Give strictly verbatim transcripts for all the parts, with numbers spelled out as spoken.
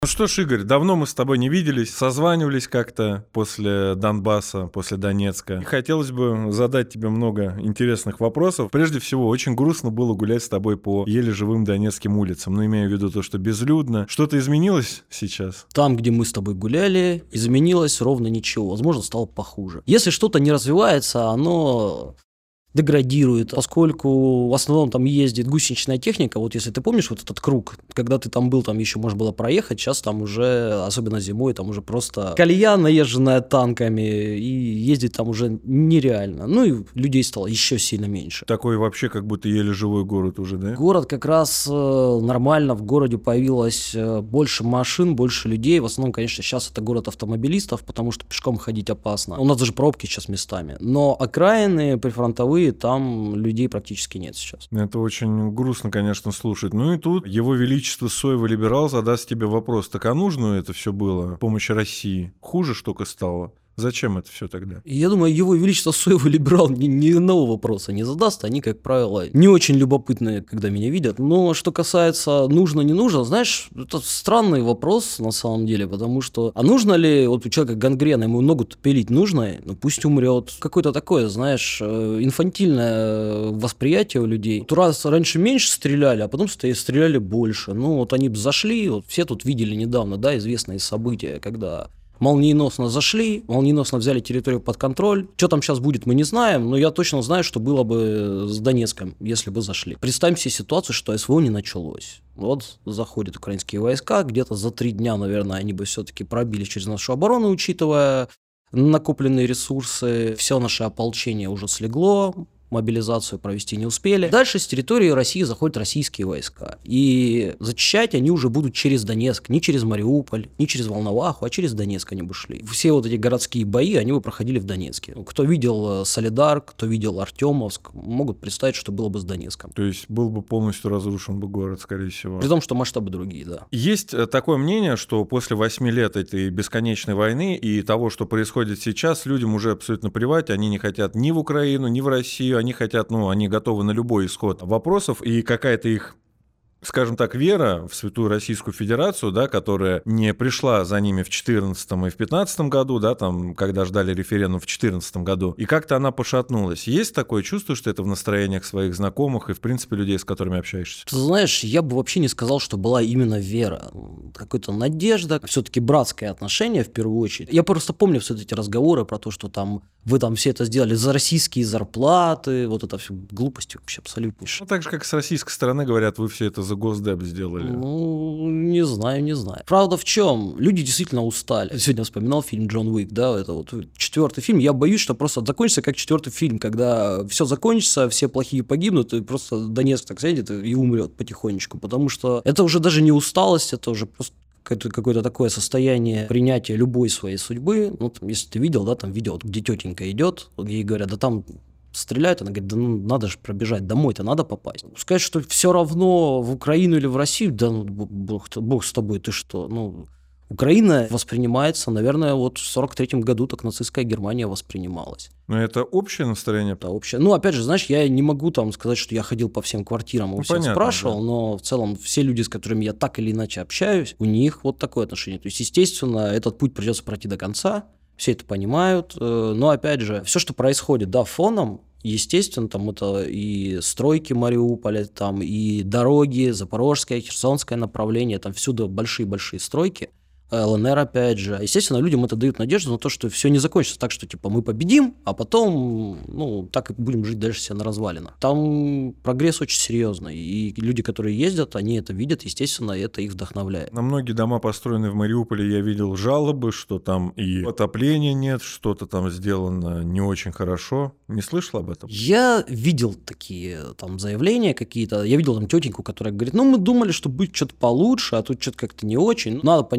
Ну что ж, Игорь, давно мы с тобой не виделись, созванивались как-то после Донбасса, после Донецка. И хотелось бы задать тебе много интересных вопросов. Прежде всего, очень грустно было гулять с тобой по еле живым донецким улицам. Ну, имею в виду то, что безлюдно. Что-то изменилось сейчас? Там, где мы с тобой гуляли, изменилось ровно ничего. Возможно, стало похуже. Если что-то не развивается, оно деградирует, поскольку в основном там ездит гусеничная техника. Вот если ты помнишь вот этот круг, когда ты там был, там еще можно было проехать, сейчас там уже, особенно зимой, там уже просто колея, наезженная танками, и ездить там уже нереально. Ну и людей стало еще сильно меньше. Такой вообще как будто еле живой город уже, да? Город как раз э, нормально, в городе появилось э, больше машин, больше людей. В основном, конечно, сейчас это город автомобилистов, потому что пешком ходить опасно. У нас даже пробки сейчас местами. Но окраины, прифронтовые, там людей практически нет сейчас. Это очень грустно, конечно, слушать. Ну и тут его величество Соева либерал задаст тебе вопрос. Так а нужно это все было? Помощь России. Хуже штука стала. Зачем это все тогда? Я думаю, его величество Соева либерал ни, ни одного вопроса не задаст. Они, как правило, не очень любопытные, когда меня видят. Но что касается нужно, не нужно, знаешь, это странный вопрос на самом деле, потому что, а нужно ли, вот у человека гангрена, ему ногу пилить нужно, ну пусть умрет. Какое-то такое, знаешь, инфантильное восприятие у людей. Вот раз раньше меньше стреляли, а потом стреляли больше. Ну вот они бы зашли, вот все тут видели недавно, да, известные события, когда... молниеносно зашли, молниеносно взяли территорию под контроль. Что там сейчас будет, мы не знаем, но я точно знаю, что было бы с Донецком, если бы зашли. Представим себе ситуацию, что СВО не началось. Вот заходят украинские войска, где-то за три дня, наверное, они бы все-таки пробили через нашу оборону, учитывая накопленные ресурсы. Все наше ополчение уже слегло, мобилизацию провести не успели. Дальше с территории России заходят российские войска. И зачищать они уже будут через Донецк, не через Мариуполь, не через Волноваху, а через Донецк они бы шли. Все вот эти городские бои, они бы проходили в Донецке. Кто видел Солидар, кто видел Артемовск, могут представить, что было бы с Донецком. То есть был бы полностью разрушен бы город, скорее всего. При том, что масштабы другие, да. Есть такое мнение, что после восьми лет этой бесконечной войны и того, что происходит сейчас, людям уже абсолютно плевать, они не хотят ни в Украину, ни в Россию, они хотят, ну, они готовы на любой исход вопросов, и какая-то их, скажем так, вера в Святую Российскую Федерацию, да, которая не пришла за ними в четырнадцатом и в пятнадцатом году, да, там, когда ждали референдум в четырнадцатом году, и как-то она пошатнулась. Есть такое чувство, что это в настроениях своих знакомых и, в принципе, людей, с которыми общаешься? Ты знаешь, я бы вообще не сказал, что была именно вера. Какая-то надежда, все-таки братское отношение в первую очередь. Я просто помню все эти разговоры про то, что там вы там все это сделали за российские зарплаты, вот это все глупости вообще абсолютнейшие. Ну, так же, как с российской стороны говорят, вы все это за Госдеп сделали. Ну, не знаю, не знаю. Правда в чем? Люди действительно устали. Сегодня вспоминал фильм «Джон Уик», да, это вот четвертый фильм. Я боюсь, что просто закончится как четвертый фильм, когда все закончится, все плохие погибнут, и просто Донецк так сядет и умрет потихонечку, потому что это уже даже не усталость, это уже просто какое-то такое состояние принятия любой своей судьбы. Ну, там, если ты видел, да, там видео, вот, где тетенька идет, ей говорят, да там стреляют, она говорит, да ну надо же пробежать, домой-то надо попасть. Сказать, что все равно в Украину или в Россию, да ну бог, бог с тобой, ты что, ну... Украина воспринимается, наверное, вот в сорок третьем году так нацистская Германия воспринималась. Но это общее настроение? Это общее. Ну, опять же, знаешь, я не могу там сказать, что я ходил по всем квартирам и ну, всех понятно, спрашивал, да. но в целом все люди, с которыми я так или иначе общаюсь, у них вот такое отношение. То есть, естественно, этот путь придется пройти до конца, все это понимают, но, опять же, все, что происходит, да, фоном, естественно, там это и стройки Мариуполя, там и дороги, Запорожское, Херсонское направление, там всюду большие-большие стройки. ЛНР, опять же. Естественно, людям это дает надежду на то, что все не закончится так, что типа мы победим, а потом, ну, так и будем жить дальше себе на развалинах. Там прогресс очень серьезный, и люди, которые ездят, они это видят, естественно, и это их вдохновляет. На многие дома, построенные в Мариуполе, я видел жалобы, что там и отопления нет, что-то там сделано не очень хорошо. Не слышал об этом? Я видел такие там заявления какие-то, я видел там тетеньку, которая говорит, ну, мы думали, что будет что-то получше, а тут что-то как-то не очень. Надо понимать, что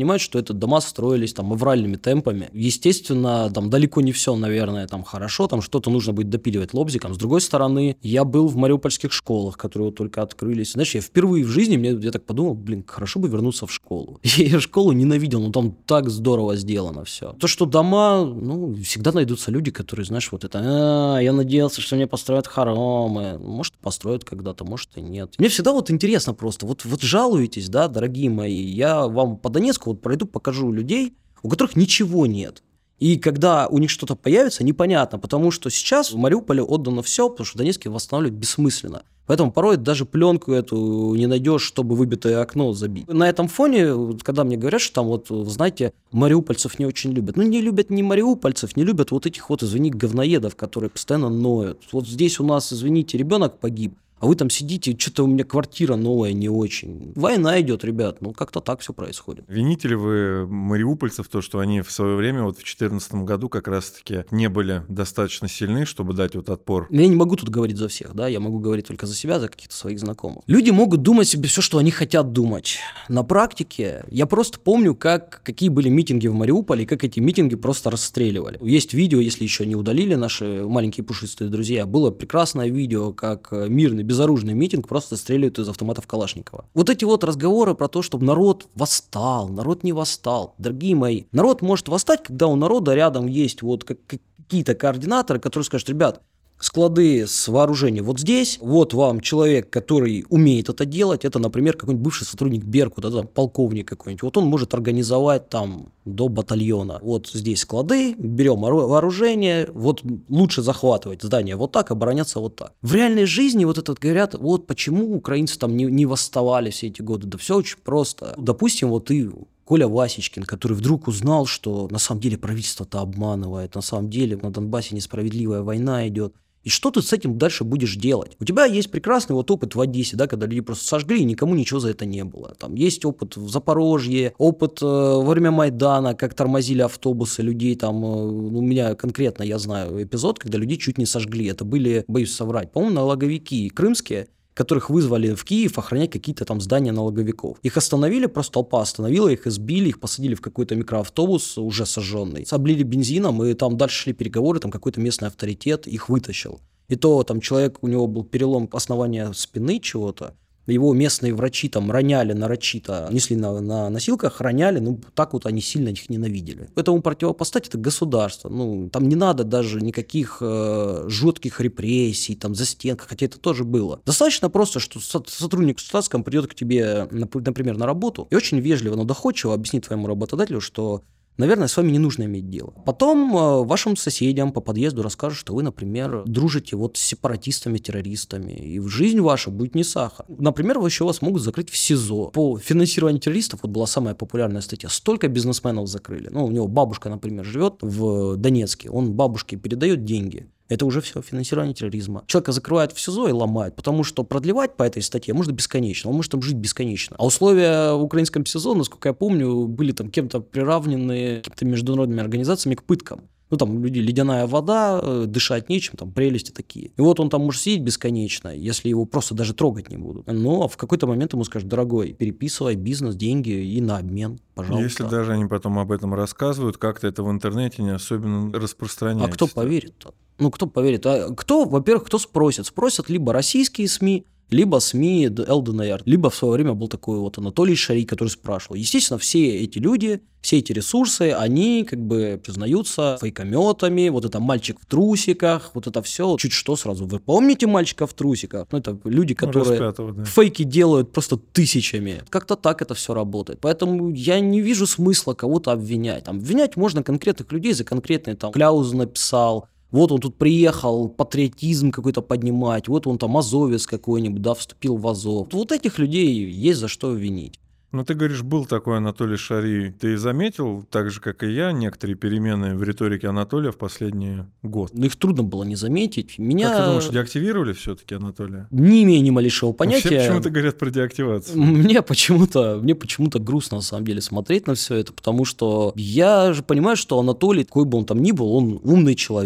это дома строились там авральными темпами. Естественно, там далеко не все, наверное, там хорошо, там что-то нужно будет допиливать лобзиком. С другой стороны, я был в мариупольских школах, которые вот только открылись. Знаешь, я впервые в жизни, мне, я так подумал, блин, хорошо бы вернуться в школу. Я школу ненавидел, но там так здорово сделано все. То, что дома, ну, всегда найдутся люди, которые, знаешь, вот это, а, я надеялся, что мне построят хоромы. Может, построят когда-то, может и нет. Мне всегда вот интересно просто, вот, вот жалуетесь, да, дорогие мои, я вам по Донецку вот пройду, покажу людей, у которых ничего нет. И когда у них что-то появится, непонятно, потому что сейчас в Мариуполе отдано все, потому что в Донецке восстанавливать бессмысленно. Поэтому порой даже пленку эту не найдешь, чтобы выбитое окно забить. На этом фоне, когда мне говорят, что там вот, знаете, мариупольцев не очень любят. Ну, не любят ни мариупольцев, не любят вот этих вот, извини, говноедов, которые постоянно ноют. Вот здесь у нас, извините, ребенок погиб, а вы там сидите, что-то у меня квартира новая не очень. Война идет, ребят, ну как-то так все происходит. Вините ли вы мариупольцев то, что они в свое время, вот в две тысячи четырнадцатом году как раз-таки не были достаточно сильны, чтобы дать вот отпор? Я не могу тут говорить за всех, да, я могу говорить только за себя, за каких-то своих знакомых. Люди могут думать себе все, что они хотят думать. На практике я просто помню, как, какие были митинги в Мариуполе, и как эти митинги просто расстреливали. Есть видео, если еще не удалили наши маленькие пушистые друзья, было прекрасное видео, как мирный безоружный митинг просто стреляют из автоматов Калашникова. Вот эти вот разговоры про то, чтобы народ восстал, народ не восстал. Дорогие мои, народ может восстать, когда у народа рядом есть вот какие-то координаторы, которые скажут, ребят, склады с вооружением вот здесь, вот вам человек, который умеет это делать, это, например, какой-нибудь бывший сотрудник Беркута, да, там, полковник какой-нибудь, вот он может организовать там до батальона. Вот здесь склады, берем вооружение, вот лучше захватывать здание вот так, обороняться вот так. В реальной жизни вот это говорят, вот почему украинцы там не, не восставали все эти годы, да все очень просто. Допустим, вот ты... Коля Васечкин, который вдруг узнал, что на самом деле правительство-то обманывает, на самом деле на Донбассе несправедливая война идет. И что ты с этим дальше будешь делать? У тебя есть прекрасный вот опыт в Одессе, да, когда люди просто сожгли, и никому ничего за это не было. Там есть опыт в Запорожье, опыт э, во время Майдана, как тормозили автобусы людей. Там, э, у меня конкретно, я знаю, эпизод, когда людей чуть не сожгли. Это были, боюсь соврать, по-моему, налоговики крымские, которых вызвали в Киев охранять какие-то там здания налоговиков. Их остановили, просто толпа остановила их, избили, их посадили в какой-то микроавтобус, уже сожженный, облили бензином, и там дальше шли переговоры, там какой-то местный авторитет их вытащил. И то там человек, у него был перелом основания спины чего-то, его местные врачи там роняли нарочито, несли на, на носилках, роняли, ну так вот они сильно их ненавидели. Этому противопоставить это государство. Ну, там не надо даже никаких э, жутких репрессий, там застенках, хотя это тоже было. Достаточно просто, что сотрудник штатском придет к тебе, например, на работу и очень вежливо, но доходчиво объяснит твоему работодателю, что, наверное, с вами не нужно иметь дело. Потом э, вашим соседям по подъезду расскажут, что вы, например, дружите вот с сепаратистами, террористами, и в жизнь ваша будет не сахар. Например, вы еще вас могут закрыть в СИЗО. По финансированию террористов, вот была самая популярная статья, столько бизнесменов закрыли. Ну, у него бабушка, например, живет в Донецке, он бабушке передает деньги. Это уже все финансирование терроризма. Человека закрывают в СИЗО и ломают, потому что продлевать по этой статье можно бесконечно, он может там жить бесконечно. А условия в украинском СИЗО, насколько я помню, были там кем-то приравнены какими-то международными организациями к пыткам. Ну, там, люди, ледяная вода, дышать нечем, там, прелести такие. И вот он там может сидеть бесконечно, если его просто даже трогать не будут. Но в какой-то момент ему скажут, дорогой, переписывай бизнес, деньги и на обмен, пожалуйста. Если даже они потом об этом рассказывают, как-то это в интернете не особенно распространяется. А кто поверит-то? Ну, кто поверит? А кто, во-первых, кто спросит? Спросят либо российские СМИ, либо СМИ эл дэ эн эр, либо в свое время был такой вот Анатолий Шарий, который спрашивал. Естественно, все эти люди, все эти ресурсы, они как бы признаются фейкометами, вот это мальчик в трусиках, вот это все, чуть что сразу. Вы помните мальчика в трусиках? Ну, это люди, которые ну, да. фейки делают просто тысячами. Как-то так это все работает. Поэтому я не вижу смысла кого-то обвинять. Там, обвинять можно конкретных людей за конкретные, там, Кляуз написал, вот он тут приехал патриотизм какой-то поднимать, вот он там азовец какой-нибудь, да, вступил в Азов. Вот этих людей есть за что винить. Ну, ты говоришь, был такой Анатолий Шарий. Ты заметил, так же, как и я, некоторые перемены в риторике Анатолия в последний год? Ну, их трудно было не заметить. Меня... Как ты думаешь, деактивировали все-таки Анатолия? Не имею ни малейшего понятия. Все почему-то говорят про деактивацию. Мне почему-то, мне почему-то грустно, на самом деле, смотреть на все это, потому что я же понимаю, что Анатолий, какой бы он там ни был, он умный человек.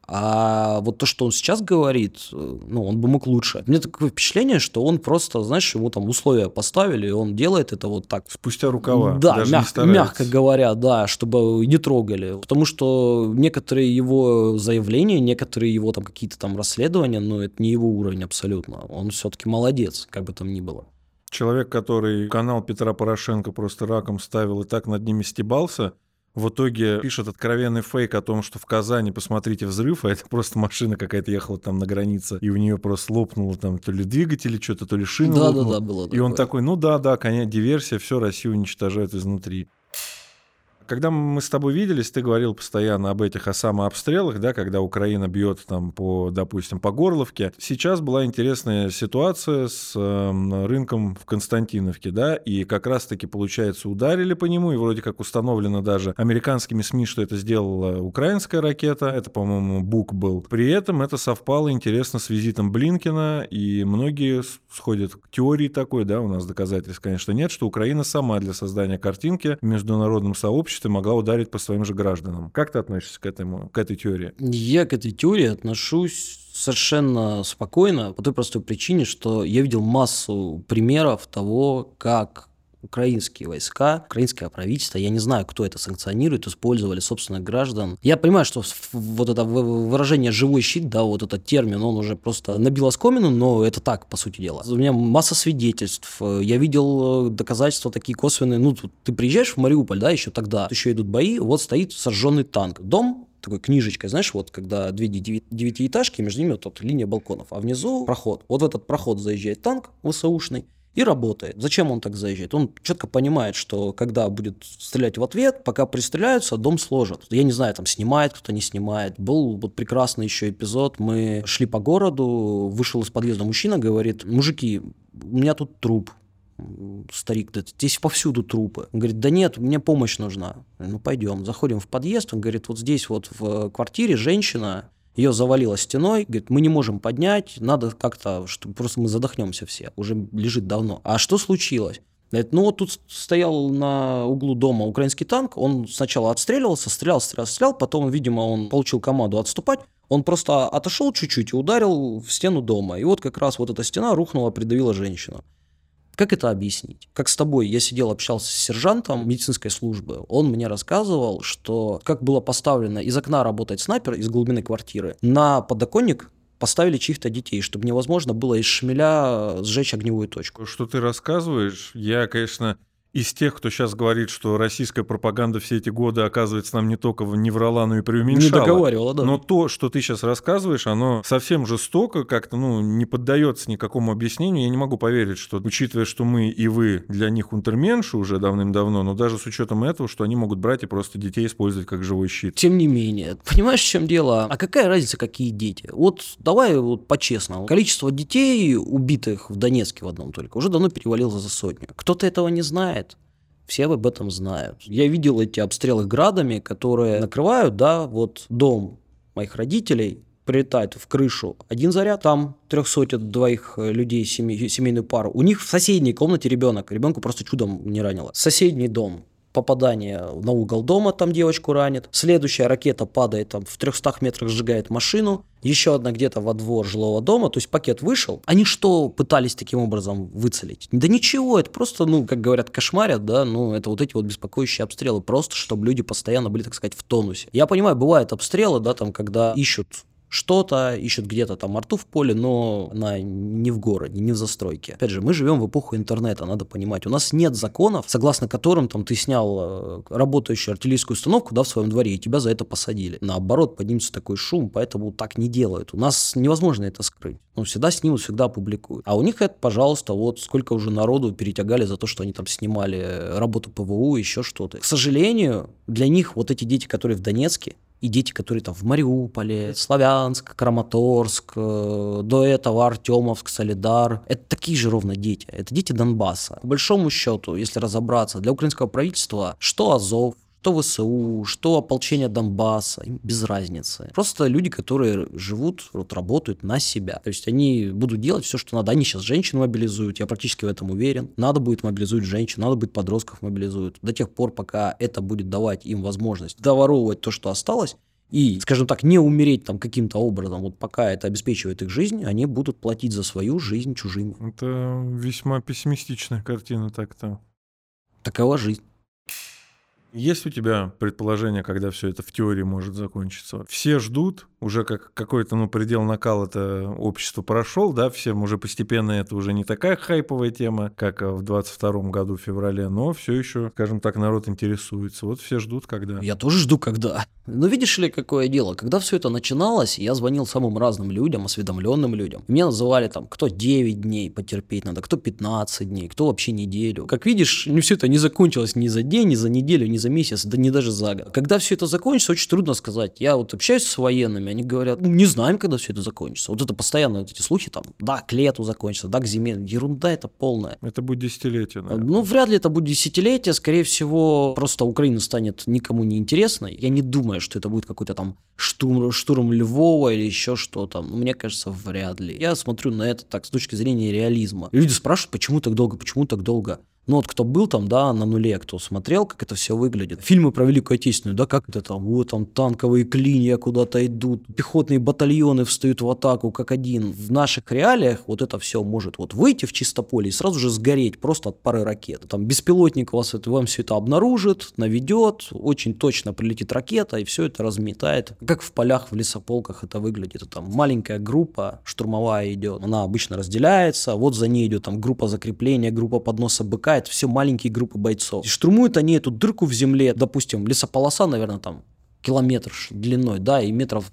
А вот то, что он сейчас говорит, ну, он бы мог лучше. У меня такое впечатление, что он просто, знаешь, ему там условия поставили, и он делает это вот так. Спустя рукава, да, даже мяг, не мягко говоря, да, чтобы не трогали. Потому что некоторые его заявления, некоторые его там какие-то там расследования, ну, это не его уровень абсолютно. Он все-таки молодец, как бы там ни было. Человек, который канал Петра Порошенко просто раком ставил и так над ними стебался, в итоге пишет откровенный фейк о том, что в Казани, посмотрите, взрыв, а это просто машина какая-то ехала там на границе, и у нее просто лопнуло там то ли двигатель, что-то, то ли шина да, лопнула. Да, да, было и такое. он такой, ну да, да, конечно, диверсия, все, Россию уничтожают изнутри. Когда мы с тобой виделись, ты говорил постоянно об этих, о самообстрелах, да, когда Украина бьет там по, допустим, по Горловке. Сейчас была интересная ситуация с э, рынком в Константиновке, да, и как раз-таки, получается, ударили по нему, и вроде как установлено даже американскими СМИ, что это сделала украинская ракета, это, по-моему, Бук был. При этом это совпало, интересно, с визитом Блинкена, и многие сходят к теории такой, да, у нас доказательств, конечно, нет, что Украина сама для создания картинки в международном сообществе могла ударить по своим же гражданам. Как ты относишься к этому, к этой теории? Я к этой теории отношусь совершенно спокойно, по той простой причине, что я видел массу примеров того, как украинские войска, украинское правительство, я не знаю, кто это санкционирует, использовали собственных граждан. Я понимаю, что вот это выражение «живой щит», да, вот этот термин, он уже просто набил оскомину, но это так, по сути дела. У меня масса свидетельств, я видел доказательства такие косвенные, ну, ты приезжаешь в Мариуполь, да, еще тогда, еще идут бои, вот стоит сожженный танк, дом, такой книжечкой, знаешь, вот когда две девятиэтажки, между ними вот, вот линия балконов, а внизу проход. Вот в этот проход заезжает танк ВСУшный, и работает. Зачем он так заезжает? Он четко понимает, что когда будет стрелять в ответ, пока пристреляются, дом сложат. Я не знаю, там снимает кто-то, не снимает. Был вот прекрасный еще эпизод. Мы шли по городу, вышел из подъезда мужчина, говорит: мужики, у меня тут труп. Старик говорит: здесь повсюду трупы. Он говорит: да нет, мне помощь нужна. Ну пойдем. Заходим в подъезд, он говорит: вот здесь вот в квартире женщина, ее завалило стеной, говорит, мы не можем поднять, надо как-то, что просто мы задохнемся все, уже лежит давно. А что случилось? Говорит, ну вот тут стоял на углу дома украинский танк, он сначала отстреливался, стрелял, стрелял, стрелял, потом, видимо, он получил команду отступать, он просто отошел чуть-чуть и ударил в стену дома. И вот как раз вот эта стена рухнула, придавила женщину. Как это объяснить? Как с тобой, я сидел, общался с сержантом медицинской службы, он мне рассказывал, что как было поставлено, из окна работает снайпер из глубины квартиры, на подоконник поставили чьих-то детей, чтобы невозможно было из шмеля сжечь огневую точку. Что ты рассказываешь, я, конечно, из тех, кто сейчас говорит, что российская пропаганда все эти годы, оказывается, нам не только не врала, но и преуменьшала. Не договаривала, да. Но то, что ты сейчас рассказываешь, оно совсем жестоко, как-то, ну, не поддается никакому объяснению. Я не могу поверить, что, учитывая, что мы и вы для них унтерменши уже давным-давно, но даже с учетом этого, что они могут брать и просто детей использовать как живой щит. Тем не менее, понимаешь, в чем дело? А какая разница, какие дети? Вот давай вот по-честному. Количество детей, убитых в Донецке в одном только, уже давно перевалило за сотню. Кто-то этого не знает. Все об этом знают. Я видел эти обстрелы градами, которые накрывают, да, вот дом моих родителей, прилетает в крышу один заряд, там трех сотен двоих людей, семей, семейную пару. У них в соседней комнате ребенок, ребенку просто чудом не ранило. Соседний дом. Попадание на угол дома, там девочку ранит. Следующая ракета падает, там в трехстах метрах сжигает машину. Еще одна где-то во двор жилого дома. То есть пакет вышел. Они что пытались таким образом выцелить? Да ничего, это просто, ну, как говорят, кошмарят, да, ну, это вот эти вот беспокоящие обстрелы. Просто, чтобы люди постоянно были, так сказать, в тонусе. Я понимаю, бывают обстрелы, да, там, когда ищут что-то, ищут где-то там арту в поле, но она не в городе, не в застройке. Опять же, мы живем в эпоху интернета, надо понимать. У нас нет законов, согласно которым там ты снял работающую артиллерийскую установку, да, в своем дворе, и тебя за это посадили. Наоборот, поднимется такой шум, поэтому так не делают. У нас невозможно это скрыть. Ну, всегда снимут, всегда опубликуют. А у них это, пожалуйста, вот сколько уже народу перетягали за то, что они там снимали работу ПВУ, еще что-то. К сожалению, для них вот эти дети, которые в Донецке, и дети, которые там в Мариуполе, Славянск, Краматорск, э, до этого Артемовск, Солидар, это такие же ровно дети. Это дети Донбасса. По большому счету, если разобраться, для украинского правительства что Азов, что ВСУ, что ополчение Донбасса, им без разницы. Просто люди, которые живут, вот, работают на себя. То есть они будут делать все, что надо. Они сейчас женщин мобилизуют, я практически в этом уверен. Надо будет мобилизовать женщин, надо будет подростков мобилизуют. До тех пор, пока это будет давать им возможность доворовывать то, что осталось, и, скажем так, не умереть там каким-то образом, вот пока это обеспечивает их жизнь, они будут платить за свою жизнь чужими. Это весьма пессимистичная картина так-то. Такова жизнь. Есть у тебя предположение, когда все это в теории может закончиться? Все ждут, уже как какой-то, ну, предел накала это общество прошел, да, всем уже постепенно это уже не такая хайповая тема, как в двадцать втором году в феврале, но все еще, скажем так, народ интересуется. Вот все ждут, когда. Я тоже жду, когда. Но видишь ли, какое дело? Когда все это начиналось, я звонил самым разным людям, осведомленным людям. Меня называли там, кто девять дней потерпеть надо, кто пятнадцать дней, кто вообще неделю. Как видишь, не все это не закончилось ни за день, ни за неделю, ни за месяц, да не даже за год. Когда все это закончится, очень трудно сказать. Я вот общаюсь с военными, они говорят, ну, не знаем, когда все это закончится. Вот это постоянно вот эти слухи там, да, к лету закончится, да, к зиме. Ерунда это полная. Это будет десятилетие, наверное. Ну, вряд ли это будет десятилетие. Скорее всего, просто Украина станет никому не интересной. Я не думаю, что это будет какой-то там штурм, штурм Львова или еще что-то. Мне кажется, вряд ли. Я смотрю на это так с точки зрения реализма. Люди спрашивают, почему так долго, почему так долго. Ну вот кто был там, да, на нуле, кто смотрел, как это все выглядит. Фильмы про Великую Отечественную, да, как это там, вот там танковые клинья куда-то идут, пехотные батальоны встают в атаку как один. В наших реалиях вот это все может вот выйти в чистополе и сразу же сгореть просто от пары ракет. Там беспилотник вас это, вам все это обнаружит, наведет, очень точно прилетит ракета и все это разметает. Как в полях, в лесополках это выглядит. Это там маленькая группа штурмовая идет, она обычно разделяется, вот за ней идет там группа закрепления, группа подноса БК. Это все маленькие группы бойцов. И штурмуют они эту дырку в земле, допустим, лесополоса, наверное, там километр длиной, да, и метров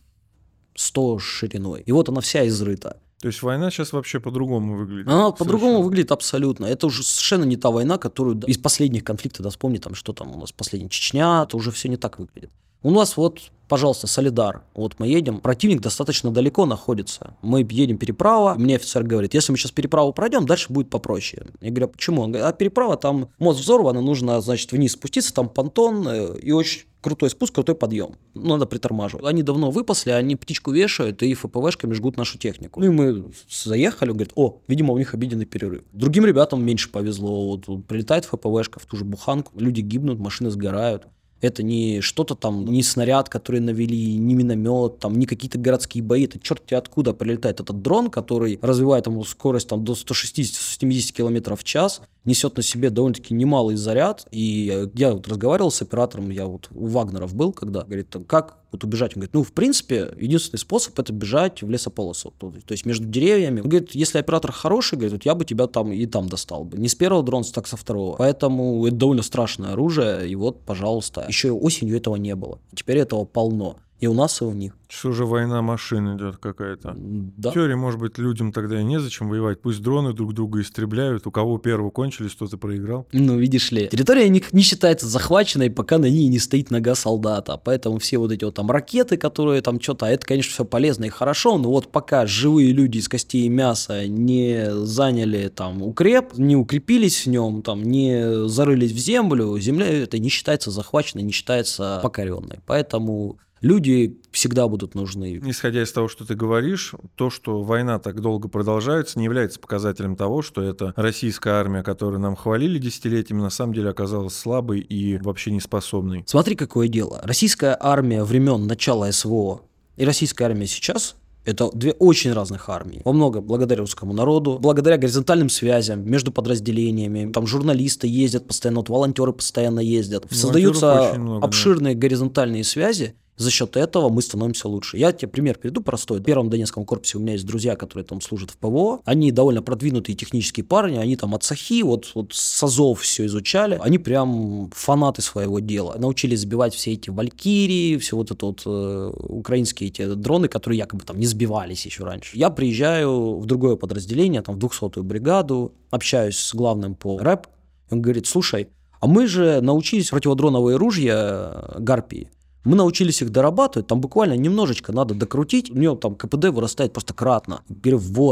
сто шириной. И вот она вся изрыта. То есть война сейчас вообще по-другому выглядит? Она по-другому выглядит абсолютно. Это уже совершенно не та война, которую да, из последних конфликтов, да, вспомни, там, что там у нас последняя Чечня, это уже все не так выглядит. У нас вот, пожалуйста, Солидар. Вот мы едем, противник достаточно далеко находится. Мы едем переправа, мне офицер говорит, если мы сейчас переправу пройдем, дальше будет попроще. Я говорю, а почему? Он говорит, а переправа, там мост взорвана, нужно, значит, вниз спуститься, там понтон и очень крутой спуск, крутой подъем. Надо притормаживать. Они давно выпасли, они птичку вешают и ФПВшками жгут нашу технику. Ну и мы заехали, он говорит, о, видимо, у них обеденный перерыв. Другим ребятам меньше повезло. Вот прилетает ФПВшка в ту же буханку, люди гибнут, машины сгорают. Это не что-то там, не снаряд, который навели, не миномет, там, не какие-то городские бои. Это черт тебе откуда прилетает этот дрон, который развивает ему скорость там, до сто шестьдесят - сто семьдесят километров в час, несет на себе довольно-таки немалый заряд. И я вот разговаривал с оператором, я вот у Вагнеров был, когда, говорит, как вот убежать? Он говорит, ну, в принципе, единственный способ – это бежать в лесополосу, то, то есть между деревьями. Он говорит, если оператор хороший, говорит, вот я бы тебя там и там достал бы. Не с первого дрона, так со второго. Поэтому это довольно страшное оружие, и вот, пожалуйста. Еще осенью этого не было. Теперь этого полно. И у нас, и у них. Что же война машин идет какая-то? Да. В теории, может быть, людям тогда и незачем воевать. Пусть дроны друг друга истребляют. У кого первого кончились, тот и проиграл. Ну, видишь ли, территория не, не считается захваченной, пока на ней не стоит нога солдата. Поэтому все вот эти вот там ракеты, которые там что-то, это, конечно, все полезно и хорошо, но вот пока живые люди из костей и мяса не заняли там укреп, не укрепились в нем, там, не зарылись в землю, земля это не считается захваченной, не считается покоренной. Поэтому люди всегда будут нужны. Исходя из того, что ты говоришь, то, что война так долго продолжается, не является показателем того, что эта российская армия, которую нам хвалили десятилетиями, на самом деле оказалась слабой и вообще неспособной. Смотри, какое дело. Российская армия времен начала СВО и российская армия сейчас — это две очень разных армии. Во многом благодаря русскому народу, благодаря горизонтальным связям между подразделениями. Там журналисты ездят постоянно, вот волонтеры постоянно ездят. Создаются много, обширные да. горизонтальные связи. За счет этого мы становимся лучше. Я тебе пример приведу простой. В первом Донецком корпусе у меня есть друзья, которые там служат в ПВО. Они довольно продвинутые технические парни. Они там от САХИ, вот, вот с АЗОВ все изучали. Они прям фанаты своего дела. Научились сбивать все эти валькирии, все вот это вот э, украинские эти дроны, которые якобы там не сбивались еще раньше. Я приезжаю в другое подразделение, там в двухсотую бригаду, общаюсь с главным по рэп. Он говорит, слушай, а мы же научились противодроновые ружья Гарпии. Мы научились их дорабатывать, там буквально немножечко надо докрутить, у него там КПД вырастает просто кратно. Я говорю, вот,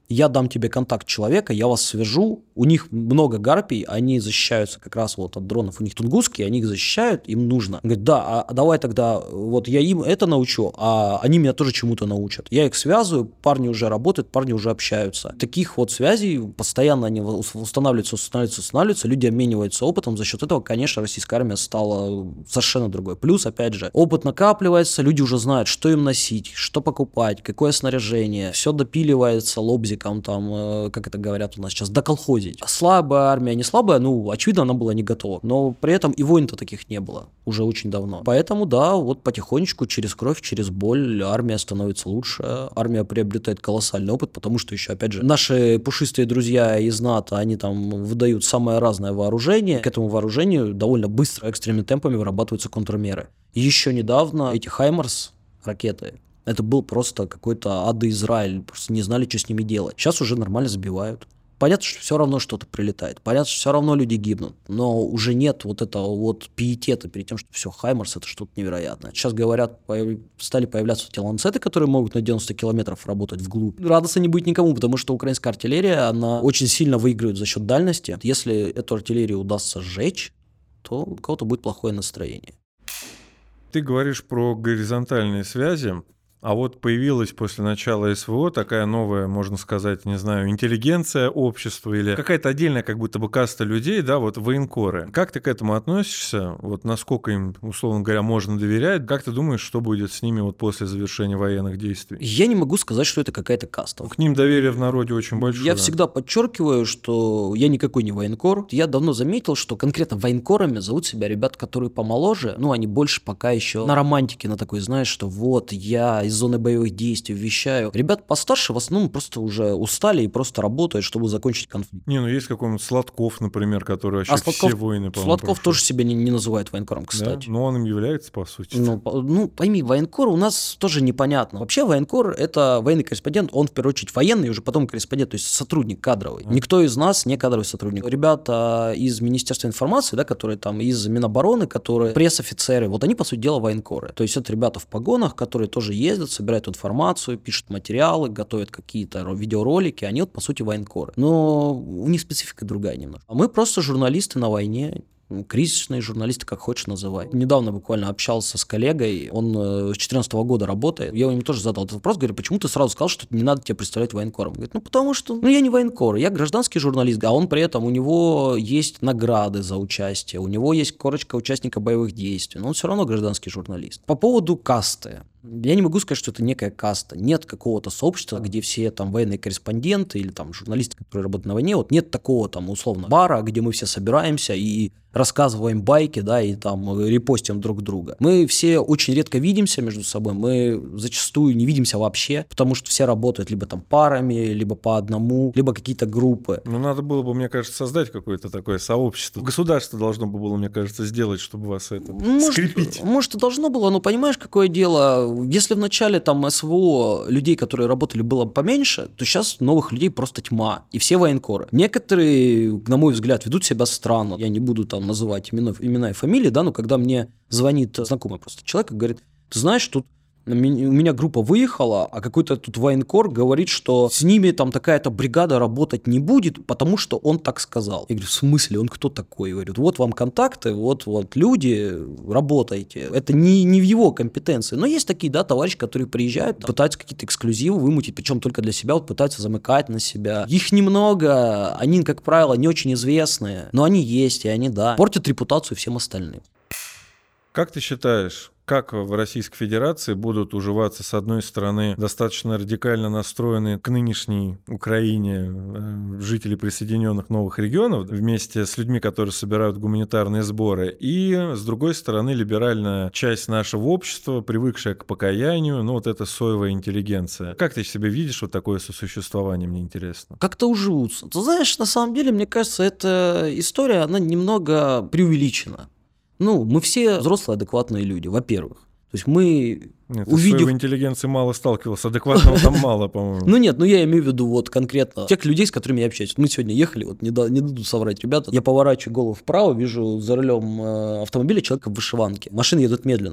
я дам тебе контакт человека, я вас свяжу, у них много гарпий, они защищаются как раз вот от дронов, у них тунгусские, они их защищают, им нужно. Он говорит, да, а давай тогда, вот я им это научу, а они меня тоже чему-то научат. Я их связываю, парни уже работают, парни уже общаются. Таких вот связей постоянно они устанавливаются, устанавливаются, устанавливаются, люди обмениваются опытом, за счет этого, конечно, российская армия стала совершенно другой. Плюс, опять же, опыт накапливается, люди уже знают, что им носить, что покупать, какое снаряжение, все допиливается лобзиком, там, как это говорят у нас сейчас, доколхозить. Слабая армия, не слабая, ну, очевидно, она была не готова. Но при этом и войн-то таких не было уже очень давно. Поэтому, да, вот потихонечку, через кровь, через боль армия становится лучше, армия приобретает колоссальный опыт, потому что еще, опять же, наши пушистые друзья из НАТО, они там выдают самое разное вооружение. К этому вооружению довольно быстро, экстренными темпами вырабатываются контрмеры. И еще недавно эти «Хаймарс», ракеты, это был просто какой-то ад Израиль, просто не знали, что с ними делать. Сейчас уже нормально забивают. Понятно, что все равно что-то прилетает, понятно, что все равно люди гибнут, но уже нет вот этого вот пиетета перед тем, что все, «Хаймарс» — это что-то невероятное. Сейчас, говорят, появ... стали появляться эти ланцеты, которые могут на девяносто километров работать вглубь. Радостно не будет никому, потому что украинская артиллерия, она очень сильно выигрывает за счет дальности. Если эту артиллерию удастся сжечь, то у кого-то будет плохое настроение. Ты говоришь про горизонтальные связи. А вот появилась после начала СВО такая новая, можно сказать, не знаю, интеллигенция общества или какая-то отдельная как будто бы каста людей, да, вот военкоры. Как ты к этому относишься? Вот насколько им, условно говоря, можно доверять? Как ты думаешь, что будет с ними вот после завершения военных действий? Я не могу сказать, что это какая-то каста. К ним доверие в народе очень большое. Я всегда подчеркиваю, что я никакой не военкор. Я давно заметил, что конкретно военкорами зовут себя ребят, которые помоложе, ну, они больше пока еще на романтике, на такой, знаешь, что вот я из зоны боевых действий вещаю. Ребят постарше в основном просто уже устали и просто работают, чтобы закончить конфликт. Не, ну есть какой-нибудь Сладков, например, который вообще а Сладков, все войны, по-моему, Сладков прошел. тоже себя не, не называет военкором, кстати. Да? Но он им является, по сути. Ну, по, ну, пойми, военкор у нас тоже непонятно. Вообще военкор — это военный корреспондент, он в первую очередь военный, и уже потом корреспондент, то есть сотрудник кадровый. А. Никто из нас не кадровый сотрудник. Ребята из Министерства информации, да, которые там из Минобороны, которые пресс-офицеры, вот они, по сути дела, военкоры. То есть это ребята в погонах, которые тоже ездят, собирают информацию, пишут материалы, готовят какие-то видеоролики, они вот, по сути, военкоры. Но у них специфика другая немного. А мы просто журналисты на войне, кризисные журналисты, как хочешь называй. Недавно буквально общался с коллегой, он с две тысячи четырнадцатого года работает, я ему тоже задал этот вопрос, говорю, почему ты сразу сказал, что не надо тебя представлять военкором? Говорит, ну потому что, ну я не военкор, я гражданский журналист, а он при этом, у него есть награды за участие, у него есть корочка участника боевых действий, но он все равно гражданский журналист. По поводу касты. Я не могу сказать, что это некая каста. Нет какого-то сообщества, где все там военные корреспонденты или там журналисты, которые работают на войне, вот нет такого там условно бара, где мы все собираемся и рассказываем байки, да, и там репостим друг друга. Мы все очень редко видимся между собой, мы зачастую не видимся вообще, потому что все работают либо там парами, либо по одному, либо какие-то группы. Ну, надо было бы, мне кажется, создать какое-то такое сообщество. Государство должно было, мне кажется, сделать, чтобы вас это может, скрепить. Может, и должно было, но понимаешь, какое дело? Если в начале там СВО людей, которые работали, было поменьше, то сейчас новых людей просто тьма, и все военкоры. Некоторые, на мой взгляд, ведут себя странно. Я не буду там называть имена, имена и фамилии, да, но когда мне звонит знакомый просто человек и говорит, ты знаешь, тут у меня группа выехала, а какой-то тут военкор говорит, что с ними там такая-то бригада работать не будет, потому что он так сказал. Я говорю, в смысле, он кто такой? Говорит, вот вам контакты, вот, вот люди, работайте. Это не, не в его компетенции. Но есть такие, да, товарищи, которые приезжают, там, пытаются какие-то эксклюзивы вымутить, причем только для себя, вот пытаются замыкать на себя. Их немного, они, как правило, не очень известные, но они есть, и они, да, портят репутацию всем остальным. Как ты считаешь, как в Российской Федерации будут уживаться, с одной стороны, достаточно радикально настроенные к нынешней Украине жители присоединенных новых регионов вместе с людьми, которые собирают гуманитарные сборы, и, с другой стороны, либеральная часть нашего общества, привыкшая к покаянию, ну вот эта соевая интеллигенция. Как ты себе видишь вот такое сосуществование, мне интересно? Как-то уживутся. Ты знаешь, на самом деле, мне кажется, эта история, она немного преувеличена. Ну, мы все взрослые, адекватные люди, во-первых. То есть мы, нет, увидев... в интеллигенции мало сталкивался, адекватного там мало, по-моему. Ну нет, ну я имею в виду вот конкретно тех людей, с которыми я общаюсь. Мы сегодня ехали, вот не, да, не дадут соврать ребята, я поворачиваю голову вправо, вижу за рулем автомобиля человека в вышиванке. Машины едут медленно.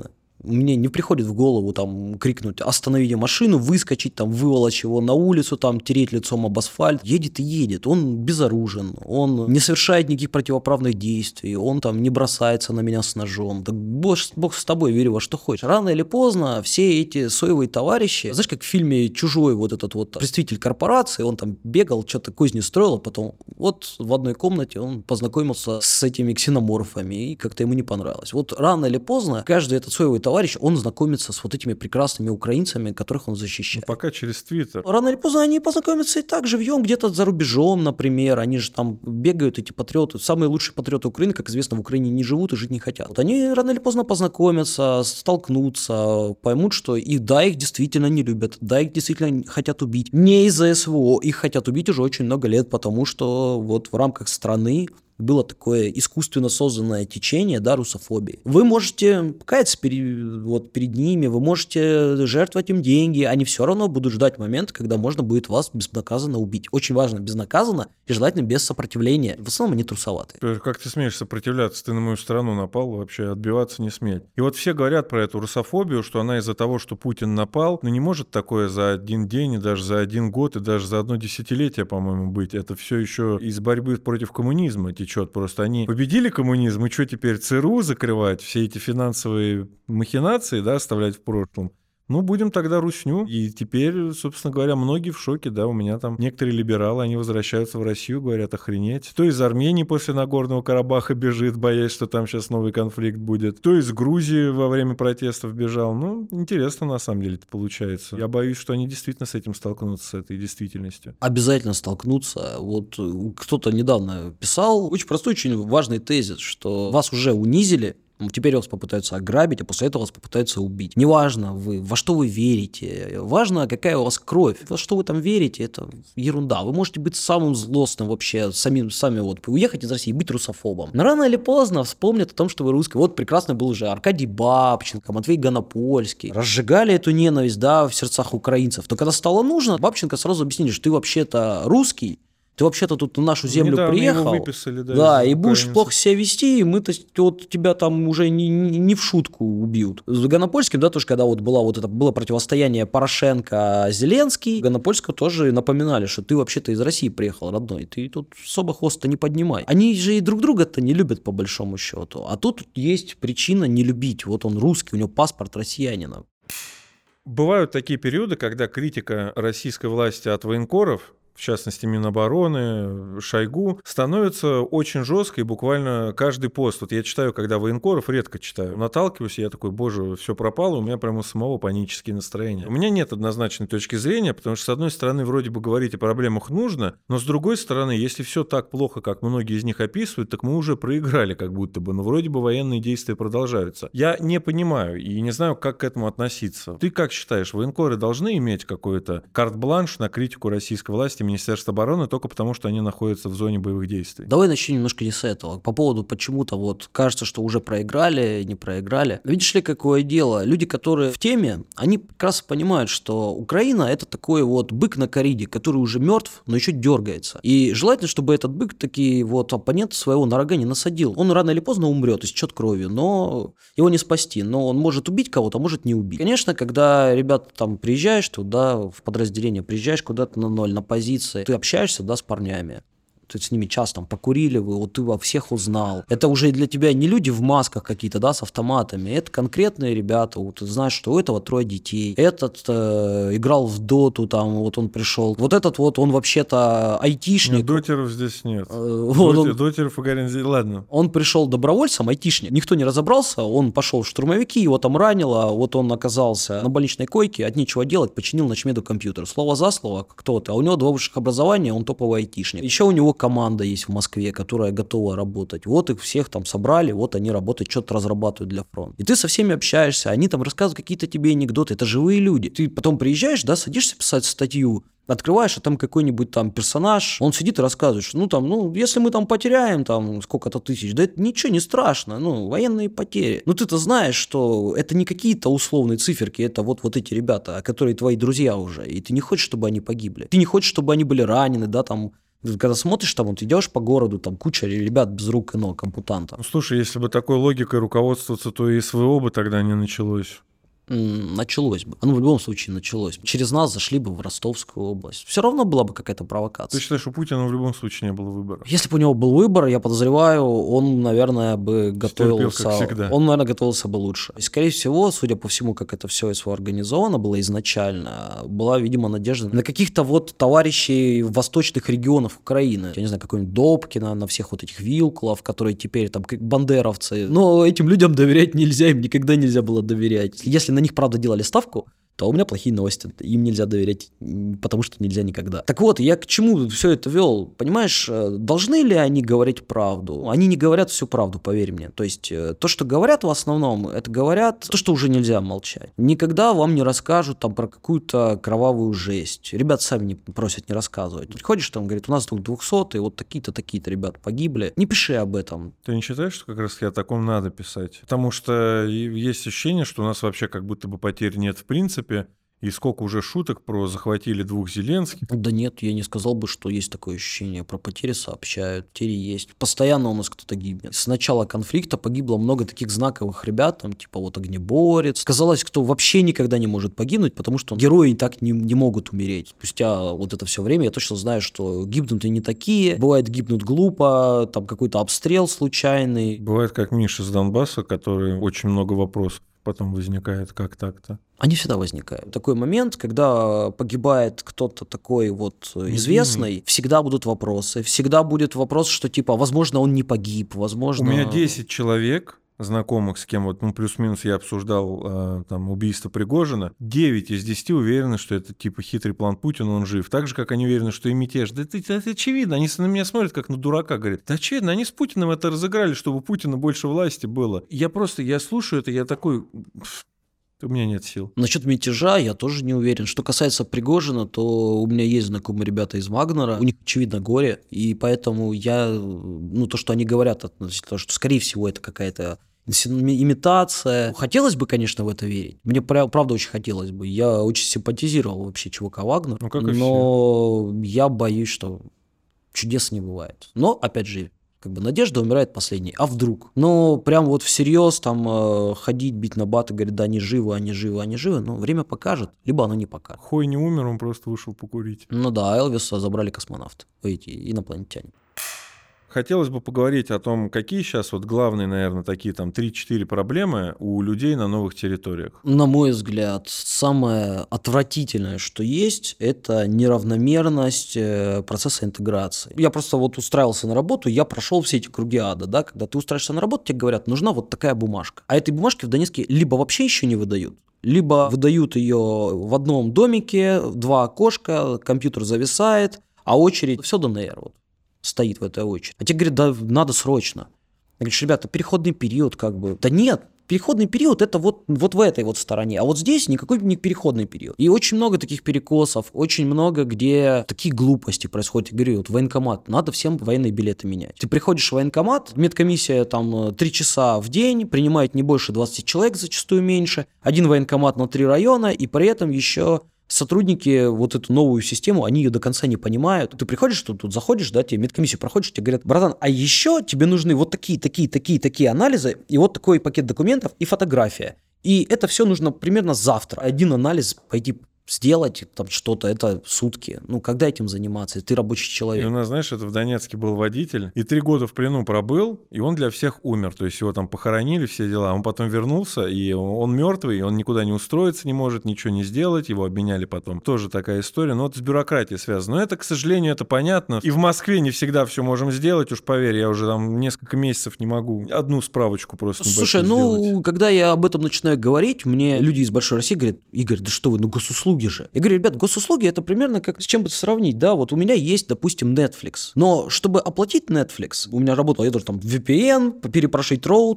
Мне не приходит в голову там крикнуть «остановите машину», выскочить, там, выволочь его на улицу, там, тереть лицом об асфальт. Едет и едет, он безоружен, он не совершает никаких противоправных действий, он там не бросается на меня с ножом. Так бог, бог с тобой, верю во что хочешь. Рано или поздно все эти соевые товарищи, знаешь, как в фильме «Чужой» вот этот вот представитель корпорации, он там бегал, что-то козни строил, а потом вот в одной комнате он познакомился с этими ксеноморфами, и как-то ему не понравилось. Вот рано или поздно каждый этот соевый товарищ товарищ, он знакомится с вот этими прекрасными украинцами, которых он защищает. Ну, пока через Твиттер. Рано или поздно они познакомятся и так живьем, где-то за рубежом, например. Они же там бегают, эти патриоты. Самые лучшие патриоты Украины, как известно, в Украине не живут и жить не хотят. Вот они рано или поздно познакомятся, столкнутся, поймут, что их, да, их действительно не любят, да, их действительно хотят убить. Не из-за СВО, их хотят убить уже очень много лет, потому что вот в рамках страны было такое искусственно созданное течение, да, русофобии. Вы можете каяться перед, вот, перед ними, вы можете жертвовать им деньги, они все равно будут ждать момент, когда можно будет вас безнаказанно убить. Очень важно безнаказанно и желательно без сопротивления. В основном они трусоватые. Как ты смеешь сопротивляться? Ты на мою страну напал, вообще отбиваться не смей. И вот все говорят про эту русофобию, что она из-за того, что Путин напал, но не может такое за один день, и даже за один год, и даже за одно десятилетие, по-моему, быть. Это все еще из борьбы против коммунизма течет. Просто они победили коммунизм, и что теперь, ЦРУ закрывать, все эти финансовые махинации, да, оставлять в прошлом? Ну, будем тогда русню. И теперь, собственно говоря, многие в шоке, да, у меня там некоторые либералы, они возвращаются в Россию, говорят, охренеть. Кто из Армении после Нагорного Карабаха бежит, боясь, что там сейчас новый конфликт будет. Кто из Грузии во время протестов бежал. Ну, интересно на самом деле это получается. Я боюсь, что они действительно с этим столкнутся, с этой действительностью. Обязательно столкнутся. Вот кто-то недавно писал очень простой, очень важный тезис, что вас уже унизили, теперь вас попытаются ограбить, а после этого вас попытаются убить. Неважно, вы, во что вы верите, важно, какая у вас кровь. Во что вы там верите, это ерунда. Вы можете быть самым злостным вообще, самим, сами вот, уехать из России и быть русофобом. Но рано или поздно вспомнят о том, что вы русский. Вот прекрасно был уже Аркадий Бабченко, Матвей Гонопольский. Разжигали эту ненависть, да, в сердцах украинцев. Но когда стало нужно, Бабченко сразу объяснили, что ты вообще-то русский, ты вообще-то тут на нашу землю недавно приехал, его выписали, да, да, и будешь плохо себя вести, и мы-то вот тебя там уже не, не в шутку убьют. С Гонопольским, да, тоже когда вот была вот это было противостояние Порошенко-Зеленский, Гонопольского тоже напоминали, что ты вообще-то из России приехал, родной, ты тут особо хвост-то не поднимай. Они же и друг друга-то не любят по большому счету, а тут есть причина не любить. Вот он русский, у него паспорт россиянина. Бывают такие периоды, когда критика российской власти от военкоров, в частности Минобороны, Шойгу, становится очень жесткой, буквально каждый пост. Вот я читаю, когда военкоров, редко читаю, наталкиваюсь, я такой, боже, все пропало, у меня прямо у самого панические настроения. У меня нет однозначной точки зрения, потому что, с одной стороны, вроде бы говорить о проблемах нужно, но с другой стороны, если все так плохо, как многие из них описывают, так мы уже проиграли как будто бы, но вроде бы военные действия продолжаются. Я не понимаю и не знаю, как к этому относиться. Ты как считаешь, военкоры должны иметь какой-то карт-бланш на критику российской власти, Министерства обороны, только потому, что они находятся в зоне боевых действий? Давай начнем немножко не с этого. По поводу почему-то вот кажется, что уже проиграли, не проиграли. Видишь ли, какое дело? Люди, которые в теме, они прекрасно понимают, что Украина — это такой вот бык на кориде, который уже мертв, но еще дергается. И желательно, чтобы этот бык таки вот оппонента своего на рога не насадил. Он рано или поздно умрет, истечет кровью, но его не спасти. Но он может убить кого-то, а может не убить. Конечно, когда ребята там приезжаешь туда, в подразделение приезжаешь куда-то на ноль, на позиции, ты общаешься, да, с парнями, ты с ними час там покурили, вы, вот ты во всех узнал. Это уже для тебя не люди в масках какие-то, да, с автоматами, это конкретные ребята, вот ты знаешь, что у этого трое детей, этот э, играл в доту, там, вот он пришел, вот этот вот, он вообще-то айтишник. Нет, дотеров здесь нет. Э, вот Дотер, он, дотеров и Гарин здесь, ладно. Он пришел добровольцем, айтишник, никто не разобрался, он пошел в штурмовики, его там ранило, вот он оказался на больничной койке, от нечего делать, починил ночмеду компьютер. Слово за слово, кто-то, а у него два высших образования, он топовый айтишник. Еще у него команда есть в Москве, которая готова работать. Вот их всех там собрали, вот они работают, что-то разрабатывают для фронта. И ты со всеми общаешься, они там рассказывают какие-то тебе анекдоты, это живые люди. Ты потом приезжаешь, да, садишься писать статью, открываешь, а там какой-нибудь там персонаж, он сидит и рассказывает, что ну там, ну, если мы там потеряем там сколько-то тысяч, да это ничего не страшно, ну, военные потери. Но ты-то знаешь, что это не какие-то условные циферки, это вот, вот эти ребята, которые твои друзья уже, и ты не хочешь, чтобы они погибли. Ты не хочешь, чтобы они были ранены, да, там, Когда смотришь, там вот идешь по городу, там куча ребят без рук и ног, ампутантов. Ну, слушай, если бы такой логикой руководствоваться, то и СВО бы тогда не началось. Началось бы. Ну, в любом случае началось. Через нас зашли бы в Ростовскую область. Все равно была бы какая-то провокация. Ты считаешь, у Путина в любом случае не было выбора? Если бы у него был выбор, я подозреваю, он, наверное, бы готовился... Стерпел, как всегда. Он, наверное, готовился бы лучше. И, скорее всего, судя по всему, как это все СВО организовано было изначально, была, видимо, надежда на каких-то вот товарищей восточных регионов Украины. Я не знаю, какой-нибудь Добкина, на всех вот этих Вилкулов, которые теперь там как бандеровцы. Но этим людям доверять нельзя, им никогда нельзя было доверять. Если на них, правда, делали ставку, то у меня плохие новости. Им нельзя доверять, потому что нельзя никогда. Так вот, я к чему все это вел? Понимаешь, должны ли они говорить правду? Они не говорят всю правду, поверь мне. То есть, то, что говорят в основном, это говорят то, что уже нельзя молчать. Никогда вам не расскажут там про какую-то кровавую жесть. Ребят сами не просят не рассказывать. Приходишь там, говорит, у нас тут двухсотые, вот такие-то, такие-то ребята погибли. Не пиши об этом. Ты не считаешь, что как раз таки о таком надо писать? Потому что есть ощущение, что у нас вообще как будто бы потерь нет в принципе. И сколько уже шуток про захватили двух Зеленских. Да нет, я не сказал бы, что есть такое ощущение. Про потери сообщают, потери есть. Постоянно у нас кто-то гибнет. С начала конфликта погибло много таких знаковых ребят, там типа вот огнеборец. Казалось, кто вообще никогда не может погибнуть, потому что герои так не, не могут умереть. Спустя вот это все время я точно знаю, что гибнут и не такие. Бывает, гибнут глупо, там какой-то обстрел случайный. Бывает, как Миша с Донбасса, который очень много вопросов потом возникает, как так-то. Они всегда возникают. Такой момент, когда погибает кто-то такой вот известный, mm-hmm. всегда будут вопросы. Всегда будет вопрос, что типа, возможно, он не погиб, возможно... У меня десять человек, знакомых, с кем вот, ну, плюс-минус я обсуждал э, там убийство Пригожина, девять из десяти уверены, что это типа хитрый план Путина, он жив. Так же, как они уверены, что и мятеж. Да это, это очевидно, они на меня смотрят, как на дурака, говорят. Да очевидно, они с Путиным это разыграли, чтобы у Путина больше власти было. Я просто, я слушаю это, я такой... У меня нет сил. Насчет мятежа я тоже не уверен. Что касается Пригожина, то у меня есть знакомые ребята из Вагнера, у них, очевидно, горе, и поэтому я, ну, то, что они говорят относительно того, что, скорее всего, это какая-то имитация. Хотелось бы, конечно, в это верить. Мне, правда, очень хотелось бы. Я очень симпатизировал вообще чувака Вагнера, ну, как и но все. Я боюсь, что чудес не бывает. Но, опять же, как бы надежда умирает последней. А вдруг? Ну, прям вот всерьез там э, ходить, бить на бат и говорить, да, они живы, они живы, они живы. Ну, время покажет, либо оно не покажет. Хой не умер, он просто вышел покурить. Ну да, Элвиса забрали космонавты, эти инопланетяне. Хотелось бы поговорить о том, какие сейчас вот главные, наверное, такие там три-четыре проблемы у людей на новых территориях. На мой взгляд, самое отвратительное, что есть, это неравномерность процесса интеграции. Я просто вот устраивался на работу, я прошел все эти круги ада, да, когда ты устраиваешься на работу, тебе говорят, нужна вот такая бумажка. А этой бумажки в Донецке либо вообще еще не выдают, либо выдают ее в одном домике, два окошка, компьютер зависает, а очередь, все ДНР вот стоит в этой очереди. А тебе говорят, да надо срочно. Я говорю, ребята, переходный период как бы. Да нет, переходный период это вот, вот в этой вот стороне, а вот здесь никакой не переходный период. И очень много таких перекосов, очень много, где такие глупости происходят. Я говорю, вот военкомат, надо всем военные билеты менять. Ты приходишь в военкомат, медкомиссия там три часа в день, принимает не больше двадцати человек, зачастую меньше, один военкомат на три района, и при этом еще... Сотрудники вот эту новую систему, они ее до конца не понимают. Ты приходишь, тут, тут заходишь, да, тебе медкомиссию проходишь, тебе говорят, братан, а еще тебе нужны вот такие, такие, такие, такие анализы, и вот такой пакет документов, и фотография. И это все нужно примерно завтра. Один анализ пойти сделать там что-то, это сутки. Ну, когда этим заниматься? Ты рабочий человек. И у нас, знаешь, это в Донецке был водитель, и три года в плену пробыл, и он для всех умер. То есть его там похоронили, все дела. Он потом вернулся, и он мертвый, он никуда не устроиться не может, ничего не сделать, его обменяли потом. Тоже такая история, но это с бюрократией связано. Но это, к сожалению, это понятно. И в Москве не всегда все можем сделать, уж поверь, я уже там несколько месяцев не могу одну справочку просто небольшую Слушай, ну, сделать. Когда я об этом начинаю говорить, мне люди из Большой России говорят, Игорь, да что вы, ну госуслуги же. Я говорю, ребят, госуслуги это примерно как с чем бы сравнить, да, вот у меня есть, допустим, Netflix, но чтобы оплатить Netflix, у меня работал, я должен там ви пи эн, перепрошить роутер,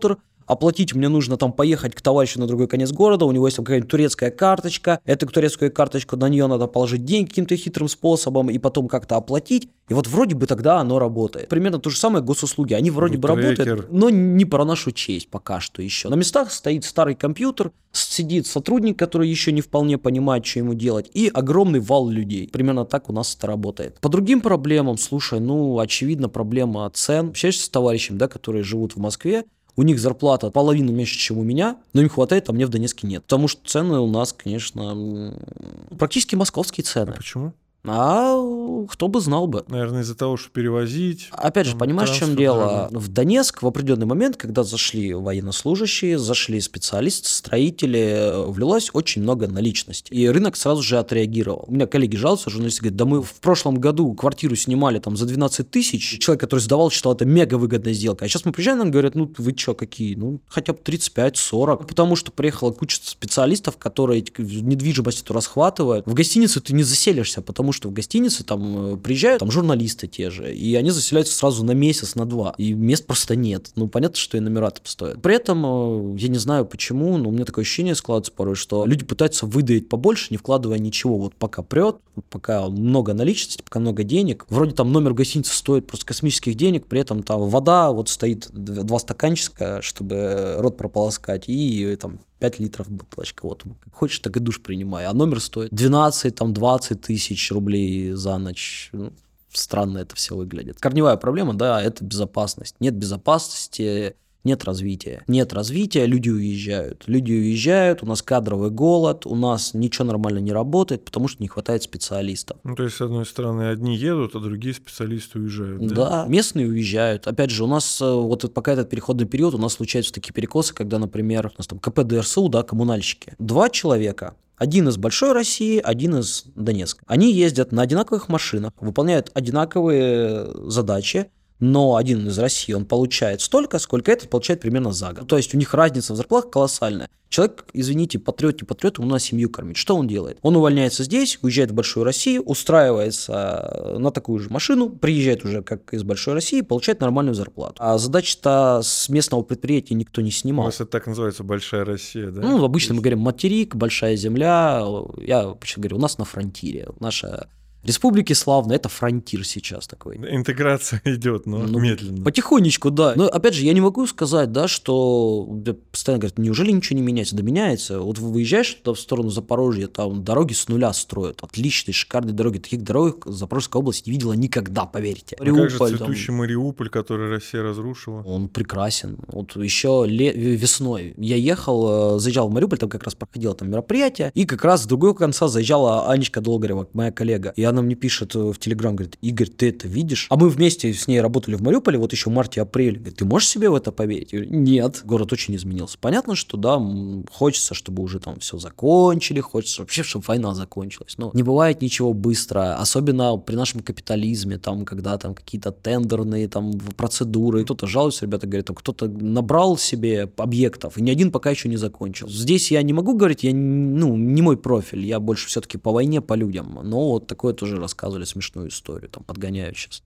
оплатить мне нужно там поехать к товарищу на другой конец города, у него есть там какая-нибудь турецкая карточка, эту турецкую карточку, на нее надо положить деньги каким-то хитрым способом и потом как-то оплатить. И вот вроде бы тогда оно работает. Примерно то же самое госуслуги. Они вроде бы работают, но не про нашу честь пока что еще. На местах стоит старый компьютер, сидит сотрудник, который еще не вполне понимает, что ему делать, и огромный вал людей. Примерно так у нас это работает. По другим проблемам, слушай, ну, очевидно, проблема цен. Общаешься с товарищами, да, которые живут в Москве, у них зарплата половину меньше, чем у меня, но им хватает, а мне в Донецке нет. Потому что цены у нас, конечно, практически московские цены. А почему? А кто бы знал бы. Наверное, из-за того, что перевозить. Опять же, там, понимаешь, в чем дело? Дорого. В Донецк в определенный момент, когда зашли военнослужащие, зашли специалисты, строители, влилось очень много наличности. И рынок сразу же отреагировал. У меня коллеги жалуются, журналисты говорят, да мы в прошлом году квартиру снимали там за двенадцать тысяч. Человек, который сдавал, считал это мега выгодная сделка. А сейчас мы приезжаем, нам говорят, ну вы чё, какие? Ну хотя бы тридцать пять сорок. Потому что приехала куча специалистов, которые недвижимость эту расхватывают. В гостиницу ты не заселишься, потому что в гостинице там приезжают там журналисты те же, и они заселяются сразу на месяц, на два, и мест просто нет. Ну, понятно, что и номера там стоят. При этом, я не знаю почему, но у меня такое ощущение складывается порой, что люди пытаются выдаить побольше, не вкладывая ничего. Вот пока прет, пока много наличности, пока много денег. Вроде там номер в гостинице стоит просто космических денег, при этом там вода, вот стоит два стаканчика, чтобы рот прополоскать, и там пять литров бутылочка, вот, как хочешь, так и душ принимай, а номер стоит двенадцать, там, двадцать тысяч рублей за ночь, ну, странно это все выглядит. Корневая проблема, да, это безопасность, нет безопасности, нет развития. Нет развития, люди уезжают. Люди уезжают, у нас кадровый голод, у нас ничего нормально не работает, потому что не хватает специалистов. Ну, то есть, с одной стороны, одни едут, а другие специалисты уезжают. Да, да, местные уезжают. Опять же, у нас вот пока этот переходный период, у нас случаются такие перекосы, когда, например, у нас там ка пэ дэ эр эс у, да, коммунальщики. Два человека. Один из Большой России, один из Донецка. Они ездят на одинаковых машинах, выполняют одинаковые задачи, но один из России, он получает столько, сколько этот получает примерно за год. То есть у них разница в зарплатах колоссальная. Человек, извините, патрет, не патрет, ему надо семью кормить. Что он делает? Он увольняется здесь, уезжает в Большую Россию, устраивается на такую же машину, приезжает уже как из Большой России, получает нормальную зарплату. А задачи-то с местного предприятия никто не снимал. У вас это так называется Большая Россия, да? Ну, обычно мы говорим материк, большая земля. Я обычно говорю, у нас на фронтире. Наша республики славно, это фронтир сейчас такой. Интеграция идет, но ну, медленно. Потихонечку, да. Но опять же, я не могу сказать, да, что постоянно говорят, неужели ничего не меняется? Да меняется. Вот выезжаешь туда в сторону Запорожья, там дороги с нуля строят. Отличные, шикарные дороги. Таких дорог Запорожская область не видела никогда, поверьте. А как же цветущий там... Мариуполь, который Россия разрушила? Он прекрасен. Вот еще ле... весной я ехал, заезжал в Мариуполь, там как раз проходило там мероприятие, и как раз с другого конца заезжала Анечка Долгорева, моя коллега. И она мне пишет в Телеграм, говорит, Игорь, ты это видишь? А мы вместе с ней работали в Мариуполе, вот еще в марте-апреле. Говорит, ты можешь себе в это поверить? Я говорю, нет. Город очень изменился. Понятно, что да, хочется, чтобы уже там все закончили, хочется вообще, чтобы война закончилась. Но не бывает ничего быстро, особенно при нашем капитализме, там, когда там какие-то тендерные там процедуры. Кто-то жалуется, ребята говорят, там, кто-то набрал себе объектов, и ни один пока еще не закончил. Здесь я не могу говорить, я, ну, не мой профиль, я больше все-таки по войне, по людям. Но вот такое тоже рассказывали смешную историю, там подгоняют сейчас.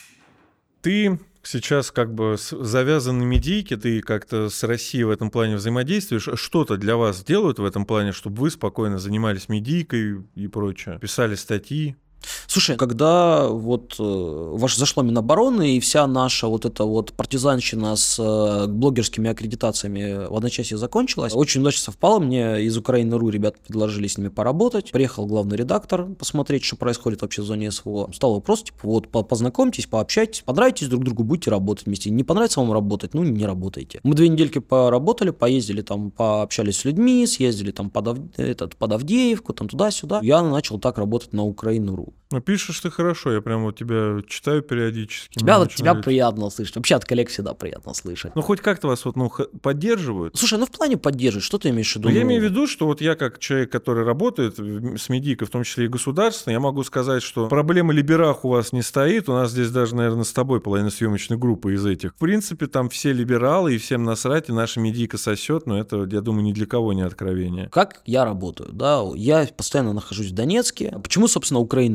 Ты сейчас как бы завязан на медийке, ты как-то с Россией в этом плане взаимодействуешь. Что-то для вас делают в этом плане, чтобы вы спокойно занимались медийкой и прочее, писали статьи? Слушай, когда вот э, зашла Минобороны и вся наша вот эта вот партизанщина с э, блогерскими аккредитациями в одночасье закончилась, очень удачно совпало, мне из Украины.ру ребята предложили с ними поработать, приехал главный редактор посмотреть, что происходит вообще в зоне СВО. Стал вопрос, типа, вот познакомьтесь, пообщайтесь, понравитесь друг другу, будете работать вместе, не понравится вам работать, ну не работайте. Мы две недельки поработали, поездили там, пообщались с людьми, съездили там под, Ав... этот, под Авдеевку, там туда-сюда. Я начал так работать на Украину.ру. Ну, пишешь ты хорошо, я прямо вот тебя читаю периодически. Тебя вот тебя приятно слышать. Вообще от коллег всегда приятно слышать. Ну, хоть как-то вас вот, ну, поддерживают. Слушай, ну в плане поддерживают, что ты имеешь в виду? Ну, я имею в виду, что вот я как человек, который работает с медийкой, в том числе и государственной, я могу сказать, что проблема либерах у вас не стоит. У нас здесь даже, наверное, с тобой половина съемочной группы из этих. В принципе, там все либералы и всем насрать, и наша медийка сосет, но это, я думаю, ни для кого не откровение. Как я работаю, да? Я постоянно нахожусь в Донецке. Почему, собственно, Украина.ру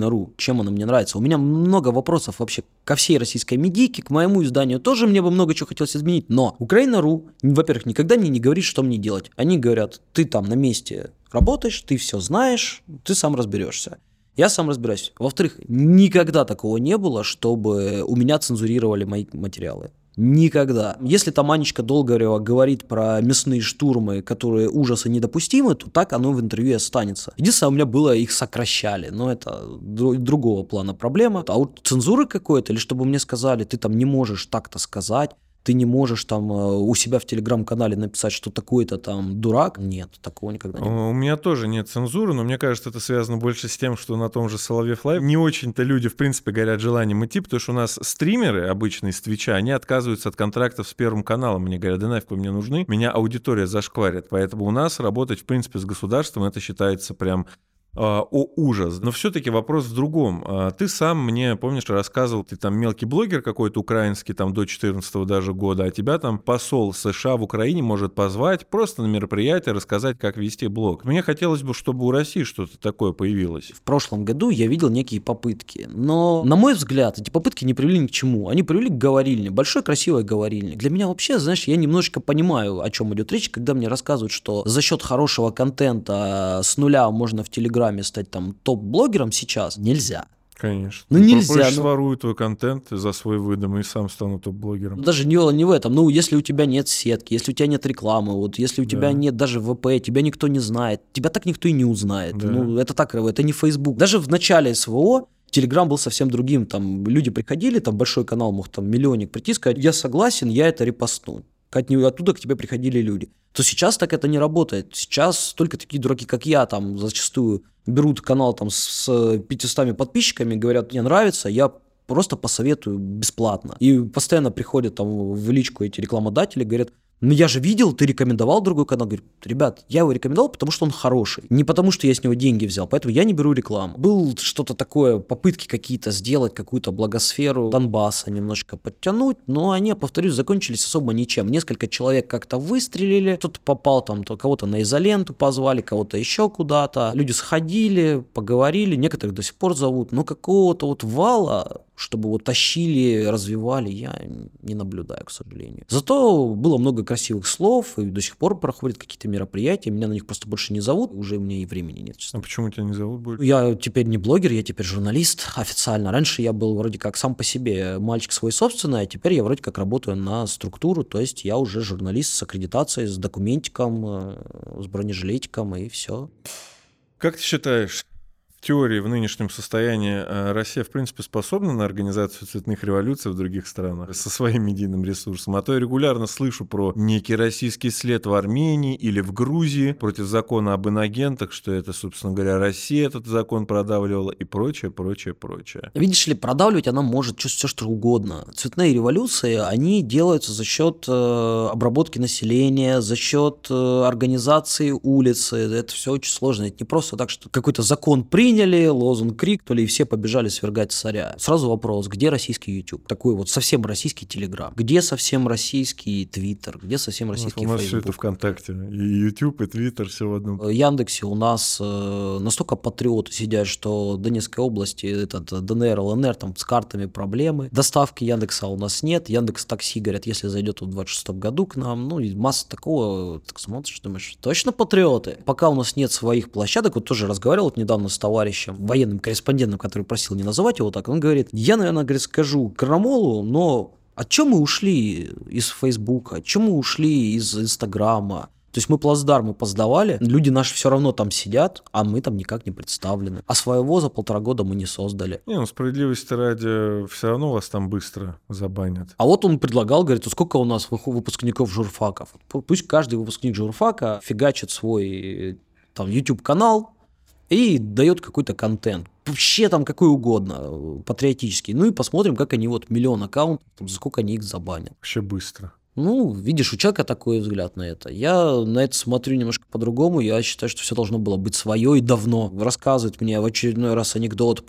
Украина.ру, чем она мне нравится. У меня много вопросов вообще ко всей российской медийке, к моему изданию тоже мне бы много чего хотелось изменить. Но Украина.ру, во-первых, никогда мне не говорит, что мне делать. Они говорят, ты там на месте работаешь, ты все знаешь, ты сам разберешься. Я сам разбираюсь. Во-вторых, никогда такого не было, чтобы у меня цензурировали мои материалы. Никогда. Если там Анечка Долгорева говорит про мясные штурмы, которые ужасы недопустимы, то так оно в интервью и останется. Единственное, у меня было, их сокращали, но это дру- другого плана проблема. А вот цензуры какой-то, или чтобы мне сказали, ты там не можешь так-то сказать, ты не можешь там у себя в телеграм-канале написать, что такой-то там дурак. Нет, такого никогда не было. У меня тоже нет цензуры, но мне кажется, это связано больше с тем, что на том же Соловьев Лайв не очень-то люди, в принципе, горят желанием идти, потому что у нас стримеры обычные с Твича, они отказываются от контрактов с Первым каналом. Мне говорят, да нафиг вы мне нужны, меня аудитория зашкварит. Поэтому у нас работать, в принципе, с государством, это считается прям... О, ужас. Но все-таки вопрос в другом. Ты сам мне, помнишь, рассказывал, ты там мелкий блогер какой-то украинский, там до четырнадцатого даже года, а тебя там посол США в Украине может позвать просто на мероприятие, рассказать, как вести блог. Мне хотелось бы, чтобы у России что-то такое появилось. В прошлом году я видел некие попытки, но, на мой взгляд, эти попытки не привели ни к чему. Они привели к говорильне, большой красивой говорильне. Для меня вообще, знаешь, я немножечко понимаю, о чем идет речь, когда мне рассказывают, что за счет хорошего контента с нуля можно в Телеграме стать там топ-блогером сейчас, нельзя. Конечно. Ну нельзя. Проще ну... своруют твой контент за свой выдум и сам стану топ-блогером. Даже не, не в этом. Ну, если у тебя нет сетки, если у тебя нет рекламы, вот, если у Да. тебя нет даже ВП, тебя никто не знает, тебя так никто и не узнает. Да. Ну, это так, это не Facebook. Даже в начале СВО Телеграм был совсем другим. Там люди приходили, там большой канал мог там миллионник прийти, сказать, я согласен, я это репостну. Оттуда к тебе приходили люди. То сейчас так это не работает. Сейчас только такие дураки, как я, там зачастую берут канал там с пятьюстами подписчиками, говорят, мне нравится, я просто посоветую бесплатно. И постоянно приходят там в личку эти рекламодатели, говорят, ну я же видел, ты рекомендовал другой канал. Говорю, ребят, я его рекомендовал, потому что он хороший. Не потому что я с него деньги взял, поэтому я не беру рекламу. Был что-то такое, попытки какие-то сделать, какую-то благосферу Донбасса немножко подтянуть, но они, повторюсь, закончились особо ничем. Несколько человек как-то выстрелили, кто-то попал там, то кого-то на изоленту позвали, кого-то еще куда-то. Люди сходили, поговорили, некоторых до сих пор зовут, но какого-то вот вала, чтобы вот тащили, развивали, я не наблюдаю, к сожалению. Зато было много красивых слов, и до сих пор проходят какие-то мероприятия, меня на них просто больше не зовут, уже мне и времени нет, честно. А почему тебя не зовут больше? Я теперь не блогер, я теперь журналист официально. Раньше я был вроде как сам по себе мальчик свой собственный, а теперь я вроде как работаю на структуру, то есть я уже журналист с аккредитацией, с документиком, с бронежилетиком и все. Как ты считаешь, в теории, в нынешнем состоянии Россия, в принципе, способна на организацию цветных революций в других странах со своим медийным ресурсом? А то я регулярно слышу про некий российский след в Армении или в Грузии против закона об инагентах, что это, собственно говоря, Россия этот закон продавливала и прочее, прочее, прочее. Видишь ли, продавливать она может все что угодно. Цветные революции, они делаются за счет э, обработки населения, за счет э, организации улицы. Это все очень сложно. Это не просто так, что какой-то закон принял, лозунг крикнули, и все побежали свергать царя. Сразу вопрос, где российский YouTube? Такой вот совсем российский Телеграм. Где совсем российский Твиттер? Где совсем российский Фейсбук? У нас Facebook? все это ВКонтакте. И YouTube, и Твиттер, все в одном. В Яндексе у нас э, настолько патриоты сидят, что в Донецкой области, этот ДНР, ЛНР, там с картами проблемы. Доставки Яндекса у нас нет. Яндекс Такси, говорят, если зайдет в двадцать шестом году к нам, ну и масса такого, так смотришь, думаешь, точно патриоты? Пока у нас нет своих площадок, вот тоже разговаривал вот недавно с товарищем, военным корреспондентом, который просил не называть его так, он говорит, я, наверное, говорит, скажу Крамолу, но от чем мы ушли из Фейсбука, от чем мы ушли из Инстаграма? То есть мы плацдармы поздавали, люди наши все равно там сидят, а мы там никак не представлены. А своего за полтора года мы не создали. Не, ну справедливости ради, все равно вас там быстро забанят. А вот он предлагал, говорит, сколько у нас выпускников журфаков? Пусть каждый выпускник журфака фигачит свой там YouTube-канал, и дает какой-то контент. Вообще там какой угодно, патриотический. Ну и посмотрим, как они вот миллион аккаунтов, за сколько они их забанят. Вообще быстро. Ну, видишь, у человека такой взгляд на это. Я на это смотрю немножко по-другому. Я считаю, что все должно было быть свое и давно. Рассказывать мне в очередной раз анекдот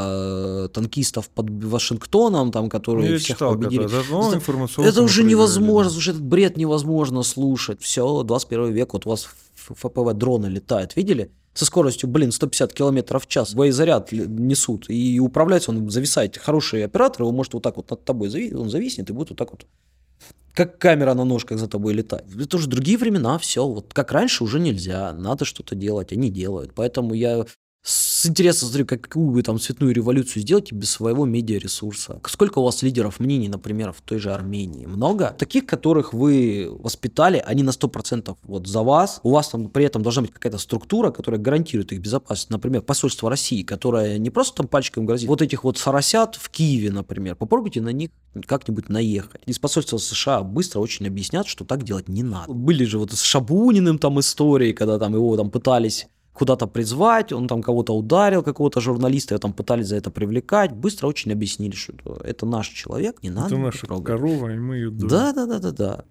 про танкистов под Вашингтоном, там, которые я всех читал, победили. Это, это, это уже невозможно, слушай, этот бред невозможно слушать. Все, двадцать первый век, вот у вас ФПВ-дроны летают, видели? со скоростью, блин, сто пятьдесят километров в час боезаряд несут, и управляется он, зависает. Хороший оператор, его может вот так вот над тобой, зави- он зависнет и будет вот так вот, как камера на ножках за тобой летать. Это уже другие времена, все. Вот как раньше уже нельзя, надо что-то делать, они делают. Поэтому я с интересом смотрю, как, какую вы там цветную революцию сделаете без своего медиаресурса. Сколько у вас лидеров мнений, например, в той же Армении? Много? Таких, которых вы воспитали, они на сто процентов вот за вас. У вас там при этом должна быть какая-то структура, которая гарантирует их безопасность. Например, посольство России, которое не просто там пальчиком грозит. Вот этих вот соросят в Киеве, например, попробуйте на них как-нибудь наехать. Из посольства США быстро очень объяснят, что так делать не надо. Были же вот с Шабуниным там истории, когда там его там пытались куда-то призвать, он там кого-то ударил, какого-то журналиста, его там пытались за это привлекать. Быстро очень объяснили, что это наш человек, не надо. Это наша трогать. корова, и мы ее доим. Да, да, да, да, да.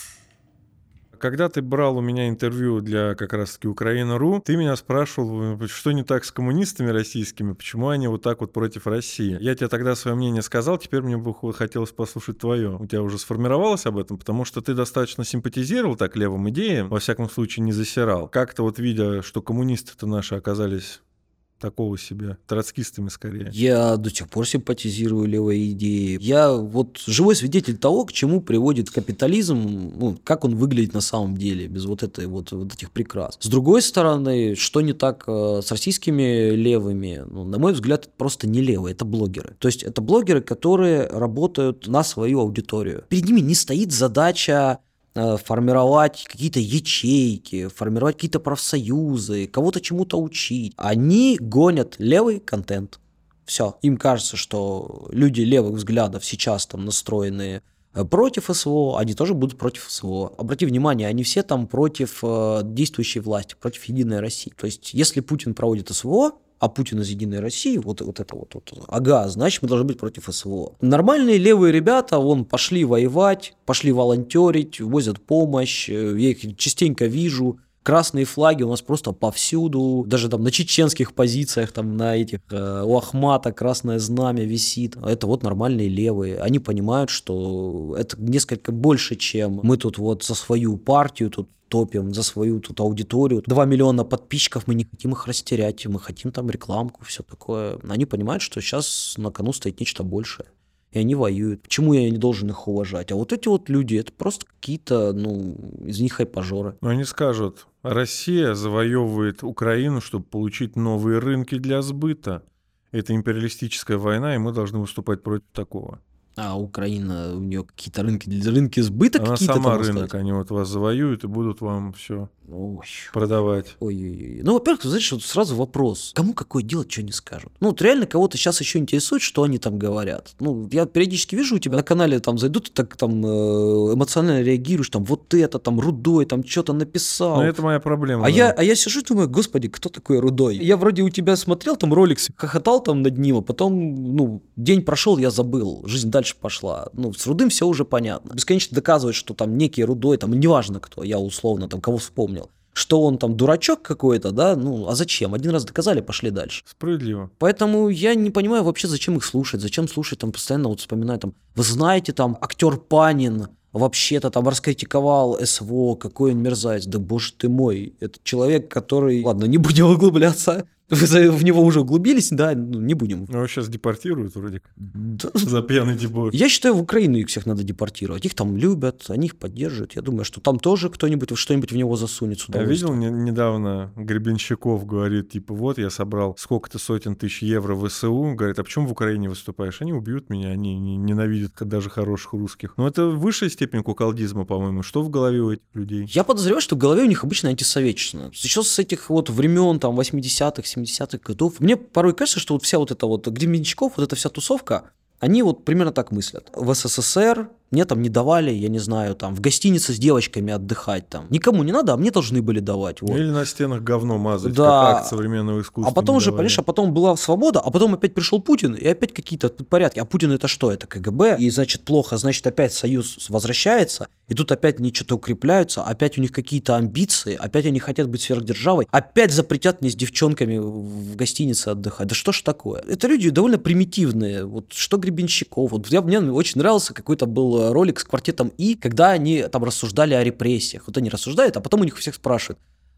Когда ты брал у меня интервью для как раз-таки Украина.ру, ты меня спрашивал, что не так с коммунистами российскими, почему они вот так вот против России. Я тебе тогда свое мнение сказал, теперь мне бы хотелось послушать твое. У тебя уже сформировалось об этом, потому что ты достаточно симпатизировал так левым идеям, во всяком случае не засирал. Как-то вот видя, что коммунисты-то наши оказались такого себе, троцкистами скорее. Я до сих пор симпатизирую левой идее. Я вот живой свидетель того, к чему приводит капитализм, ну, как он выглядит на самом деле, без вот, этой, вот, вот этих прикрас. С другой стороны, что не так э, с российскими левыми? Ну, на мой взгляд, это просто не левые, это блогеры. То есть это блогеры, которые работают на свою аудиторию. Перед ними не стоит задача формировать какие-то ячейки, формировать какие-то профсоюзы, кого-то чему-то учить. Они гонят левый контент. Все. Им кажется, что люди левых взглядов сейчас там настроены против СВО, они тоже будут против СВО. Обрати внимание, они все там против э, действующей власти, против Единой России. То есть, если Путин проводит СВО, а Путин из Единой России, вот, вот это вот, вот, ага, значит, мы должны быть против СВО. Нормальные левые ребята, вон, пошли воевать, пошли волонтерить, возят помощь, я их частенько вижу. Красные флаги у нас просто повсюду, даже там на чеченских позициях, там на этих, э, у Ахмата красное знамя висит. Это вот нормальные левые. Они понимают, что это несколько больше, чем мы тут вот за свою партию тут топим, за свою тут аудиторию. Два миллиона подписчиков, мы не хотим их растерять, мы хотим там рекламку, все такое. Они понимают, что сейчас на кону стоит нечто большее. И они воюют. Почему я не должен их уважать? А вот эти вот люди, это просто какие-то, ну, из них хайпажоры. Но они скажут, Россия завоевывает Украину, чтобы получить новые рынки для сбыта. Это империалистическая война, и мы должны выступать против такого. А Украина, у нее какие-то рынки, рынки сбыта Она какие-то сама там рынок, остались? они вот вас завоюют и будут вам все Ой. продавать. Ой-ой-ой. Ну, во-первых, знаешь, вот сразу вопрос. Кому какое дело, что не скажут? Ну, вот реально кого-то сейчас еще интересует, что они там говорят. Ну, я периодически вижу у тебя на канале, там, зайдут, так там э, эмоционально реагируешь, там, вот это, там, Рудой, там, что-то написал. Но это моя проблема. А да. я, а я сижу и думаю, господи, кто такой Рудой? Я вроде у тебя смотрел там ролик, хохотал там над ним, а потом, ну, день прошел, я забыл, жизнь дальше пошла. Ну, с Рудым все уже понятно. Бесконечно доказывать, что там некий Рудой, там, неважно кто, я условно там кого вспомнил, что он там дурачок какой-то, да, ну, а зачем? Один раз доказали, пошли дальше. Справедливо. Поэтому я не понимаю вообще, зачем их слушать, зачем слушать, там, постоянно вот вспоминать, там, вы знаете, там, актер Панин вообще-то там раскритиковал СВО, какой он мерзавец. Да боже ты мой, это человек, который... Ладно, не будем углубляться. Вы в него уже углубились, да, ну, не будем. Ну, его сейчас депортируют вроде как. Да. За пьяный дебош. Я считаю, в Украину их всех надо депортировать. Их там любят, они их поддерживают. Я думаю, что там тоже кто-нибудь что-нибудь в него засунет с Я видел удовольствием. не- недавно Гребенщиков говорит, типа, вот я собрал сколько-то сотен тысяч евро в ВСУ. Говорит, а почему в Украине выступаешь? Они убьют меня, они не- ненавидят даже хороших русских. Но это высшая степень куколдизма, по-моему. Что в голове у этих людей? Я подозреваю, что в голове у них обычно антисоветчина. Еще с этих вот времен, там, восьмидесятых, семидесятых годов. Мне порой кажется, что вот вся вот эта вот Гребенщиков, вот эта вся тусовка, они вот примерно так мыслят. В СССР мне там не давали, я не знаю, там, в гостинице с девочками отдыхать там. Никому не надо, а мне должны были давать. Вот. Или на стенах говно мазать, Да. как акт современного искусства. А потом не же, давали. понимаешь, а потом была свобода, а потом опять пришел Путин, и опять какие-то порядки. А Путин это что? Это КГБ, и значит плохо, значит опять союз возвращается, и тут опять они что-то укрепляются, опять у них какие-то амбиции, опять они хотят быть сверхдержавой, опять запретят мне с девчонками в гостинице отдыхать. Да что ж такое? Это люди довольно примитивные. Вот что Гребенщиков. Вот я, мне очень нравился какой-то был ролик с квартетом И, когда они там рассуждали о репрессиях. Вот они рассуждают, а потом у них у всех спрашивают,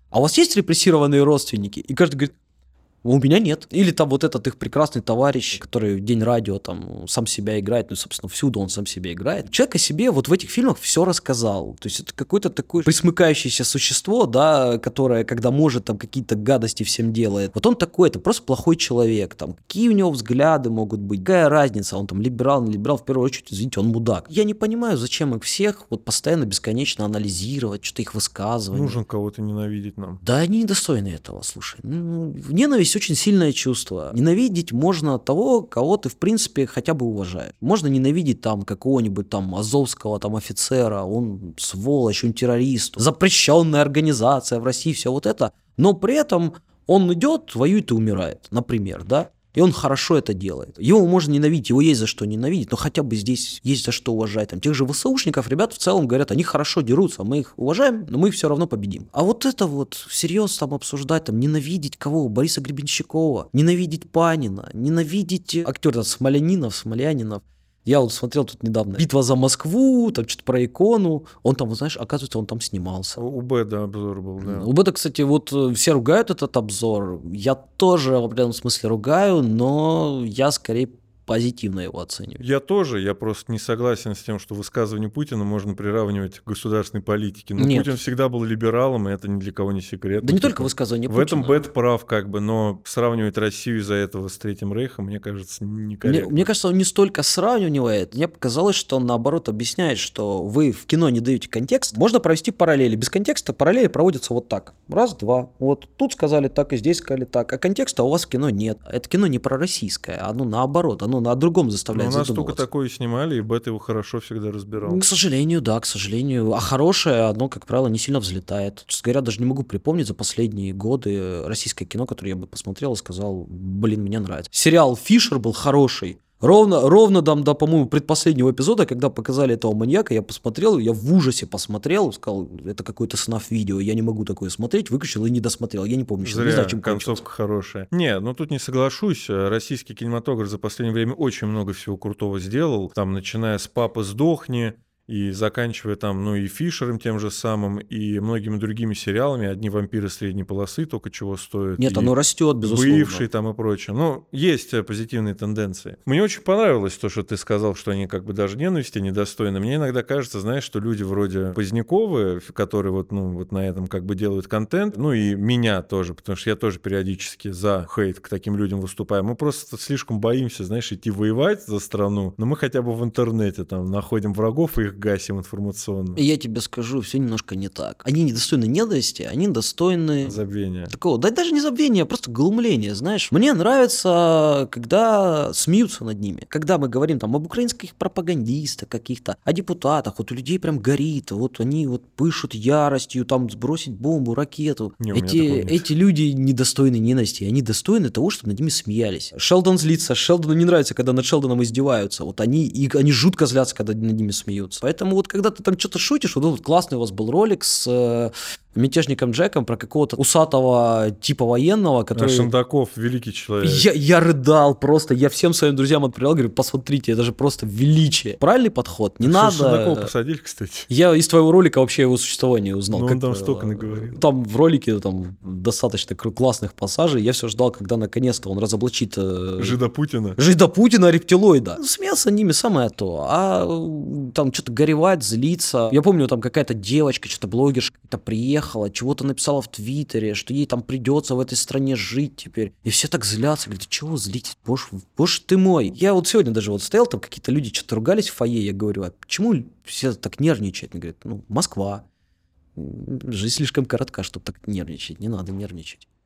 а у вас есть репрессированные родственники? И каждый говорит, у меня нет. Или там вот этот их прекрасный товарищ, который в День радио там сам себя играет, ну, собственно, всюду он сам себя играет. Человек о себе вот в этих фильмах все рассказал. То есть это какое-то такое присмыкающееся существо, да, которое, когда может, там какие-то гадости всем делает. Вот он такой, это просто плохой человек. Там, какие у него взгляды могут быть, какая разница, он там либерал, не либерал, в первую очередь, извините, он мудак. Я не понимаю, зачем их всех вот постоянно бесконечно анализировать, что-то их высказывать. Нужно кого-то ненавидеть нам. Да они недостойны этого, слушай. Ну, ненависть очень сильное чувство. Ненавидеть можно того, кого ты, в принципе, хотя бы уважаешь. Можно ненавидеть там какого-нибудь там азовского там офицера, он сволочь, он террорист, запрещенная организация в России, все вот это, но при этом он идет, воюет и умирает, например, да? И он хорошо это делает. Его можно ненавидеть, его есть за что ненавидеть, но хотя бы здесь есть за что уважать. Там, тех же ВСУшников, ребят в целом говорят, они хорошо дерутся, мы их уважаем, но мы их все равно победим. А вот это вот всерьез там обсуждать, там, ненавидеть кого? Бориса Гребенщикова, ненавидеть Панина, ненавидеть актера Смолянинов, Смолянинов. Я вот смотрел тут недавно «Битва за Москву», там что-то про икону. Он там, вот, знаешь, оказывается, он там снимался. У Бэда обзор был, да. У Бэда, кстати, вот все ругают этот обзор. Я тоже в определенном смысле ругаю, но я скорее позитивно его оцениваю. Я тоже, я просто не согласен с тем, что высказывание Путина можно приравнивать к государственной политике. Но Нет. Путин всегда был либералом, и это ни для кого не секрет. Да не только высказывание В Путина. этом Бэд прав, как бы, но сравнивать Россию из-за этого с Третьим Рейхом, мне кажется, Мне, некорректно. мне кажется, он не столько сравнивает, мне показалось, что он наоборот объясняет, что вы в кино не даете контекст. Можно провести параллели. Без контекста параллели проводятся вот так. Раз, два. Вот тут сказали так, и здесь сказали так. А контекста у вас в кино нет. Это кино не пророссийское, оно наоборот, оно на другом заставляет Но у нас задумываться. только такое снимали, и Бэд его хорошо всегда разбирал. К сожалению, да, к сожалению. А хорошее, оно, как правило, не сильно взлетает. Честно говоря, даже не могу припомнить за последние годы российское кино, которое я бы посмотрел и сказал, блин, мне нравится. Сериал «Фишер» был хороший. Ровно, ровно там, до, по-моему, предпоследнего эпизода, когда показали этого маньяка, я посмотрел, я в ужасе посмотрел, сказал, это какое-то снаф-видео, я не могу такое смотреть, выключил и не досмотрел. Я не помню, сейчас, Зря, не знаю, чем концовка кончилось. хорошая. Не, ну тут не соглашусь. Российский кинематограф за последнее время очень много всего крутого сделал. Там, начиная с «Папа, сдохни», и заканчивая там, ну, и «Фишером» тем же самым, и многими другими сериалами. «Одни вампиры средней полосы» только чего стоят. Нет, и оно растет, безусловно. «Бывший» там и прочее. Ну, есть позитивные тенденции. Мне очень понравилось то, что ты сказал, что они как бы даже ненависти недостойны. Мне иногда кажется, знаешь, что люди вроде Поздняковы, которые вот, ну, вот на этом как бы делают контент, ну и меня тоже, потому что я тоже периодически за хейт к таким людям выступаю. Мы просто слишком боимся, знаешь, идти воевать за страну, но мы хотя бы в интернете там находим врагов и их гасим информационно. И я тебе скажу, все немножко не так. Они недостойны ненависти, они достойны Забвение. такого, да даже не забвения, а просто глумления, знаешь. Мне нравится, когда смеются над ними. Когда мы говорим там об украинских пропагандистах каких-то, о депутатах, вот у людей прям горит, вот они вот пышут яростью, там сбросить бомбу, ракету. Не, у меня эти, такого нет. эти люди недостойны ненависти, они достойны того, чтобы над ними смеялись. Шелдон злится, Шелдону не нравится, когда над Шелдоном издеваются. Вот они, и, они жутко злятся, когда над ними смеются. Поэтому вот когда ты там что-то шутишь, вот, вот классный у вас был ролик с э, мятежником Джеком про какого-то усатого типа военного, который... А Шендаков великий человек. Я, я рыдал просто, я всем своим друзьям отправлял, говорю, посмотрите, это же просто величие. Правильный подход, не Что, надо... Шендакова посадили, кстати. Я из твоего ролика вообще его существование узнал. Ну, как он там правило. столько наговорил. Там в ролике там достаточно классных пассажей, я все ждал, когда наконец-то он разоблачит... Э... Жида Путина. Жида Путина, рептилоида. Смеяться ними самое то, а там что-то горевать, злиться. Я помню, там какая-то девочка, что-то блогерша какая-то приехала, чего-то написала в Твиттере, что ей там придется в этой стране жить теперь. И все так злятся, говорят, чего злитесь, боже, боже ты мой. Я вот сегодня даже вот стоял, там какие-то люди что-то ругались в фойе, я говорю, а почему все так нервничают? Они говорят, ну, Москва. Жизнь слишком коротка, чтобы так нервничать, не надо нервничать.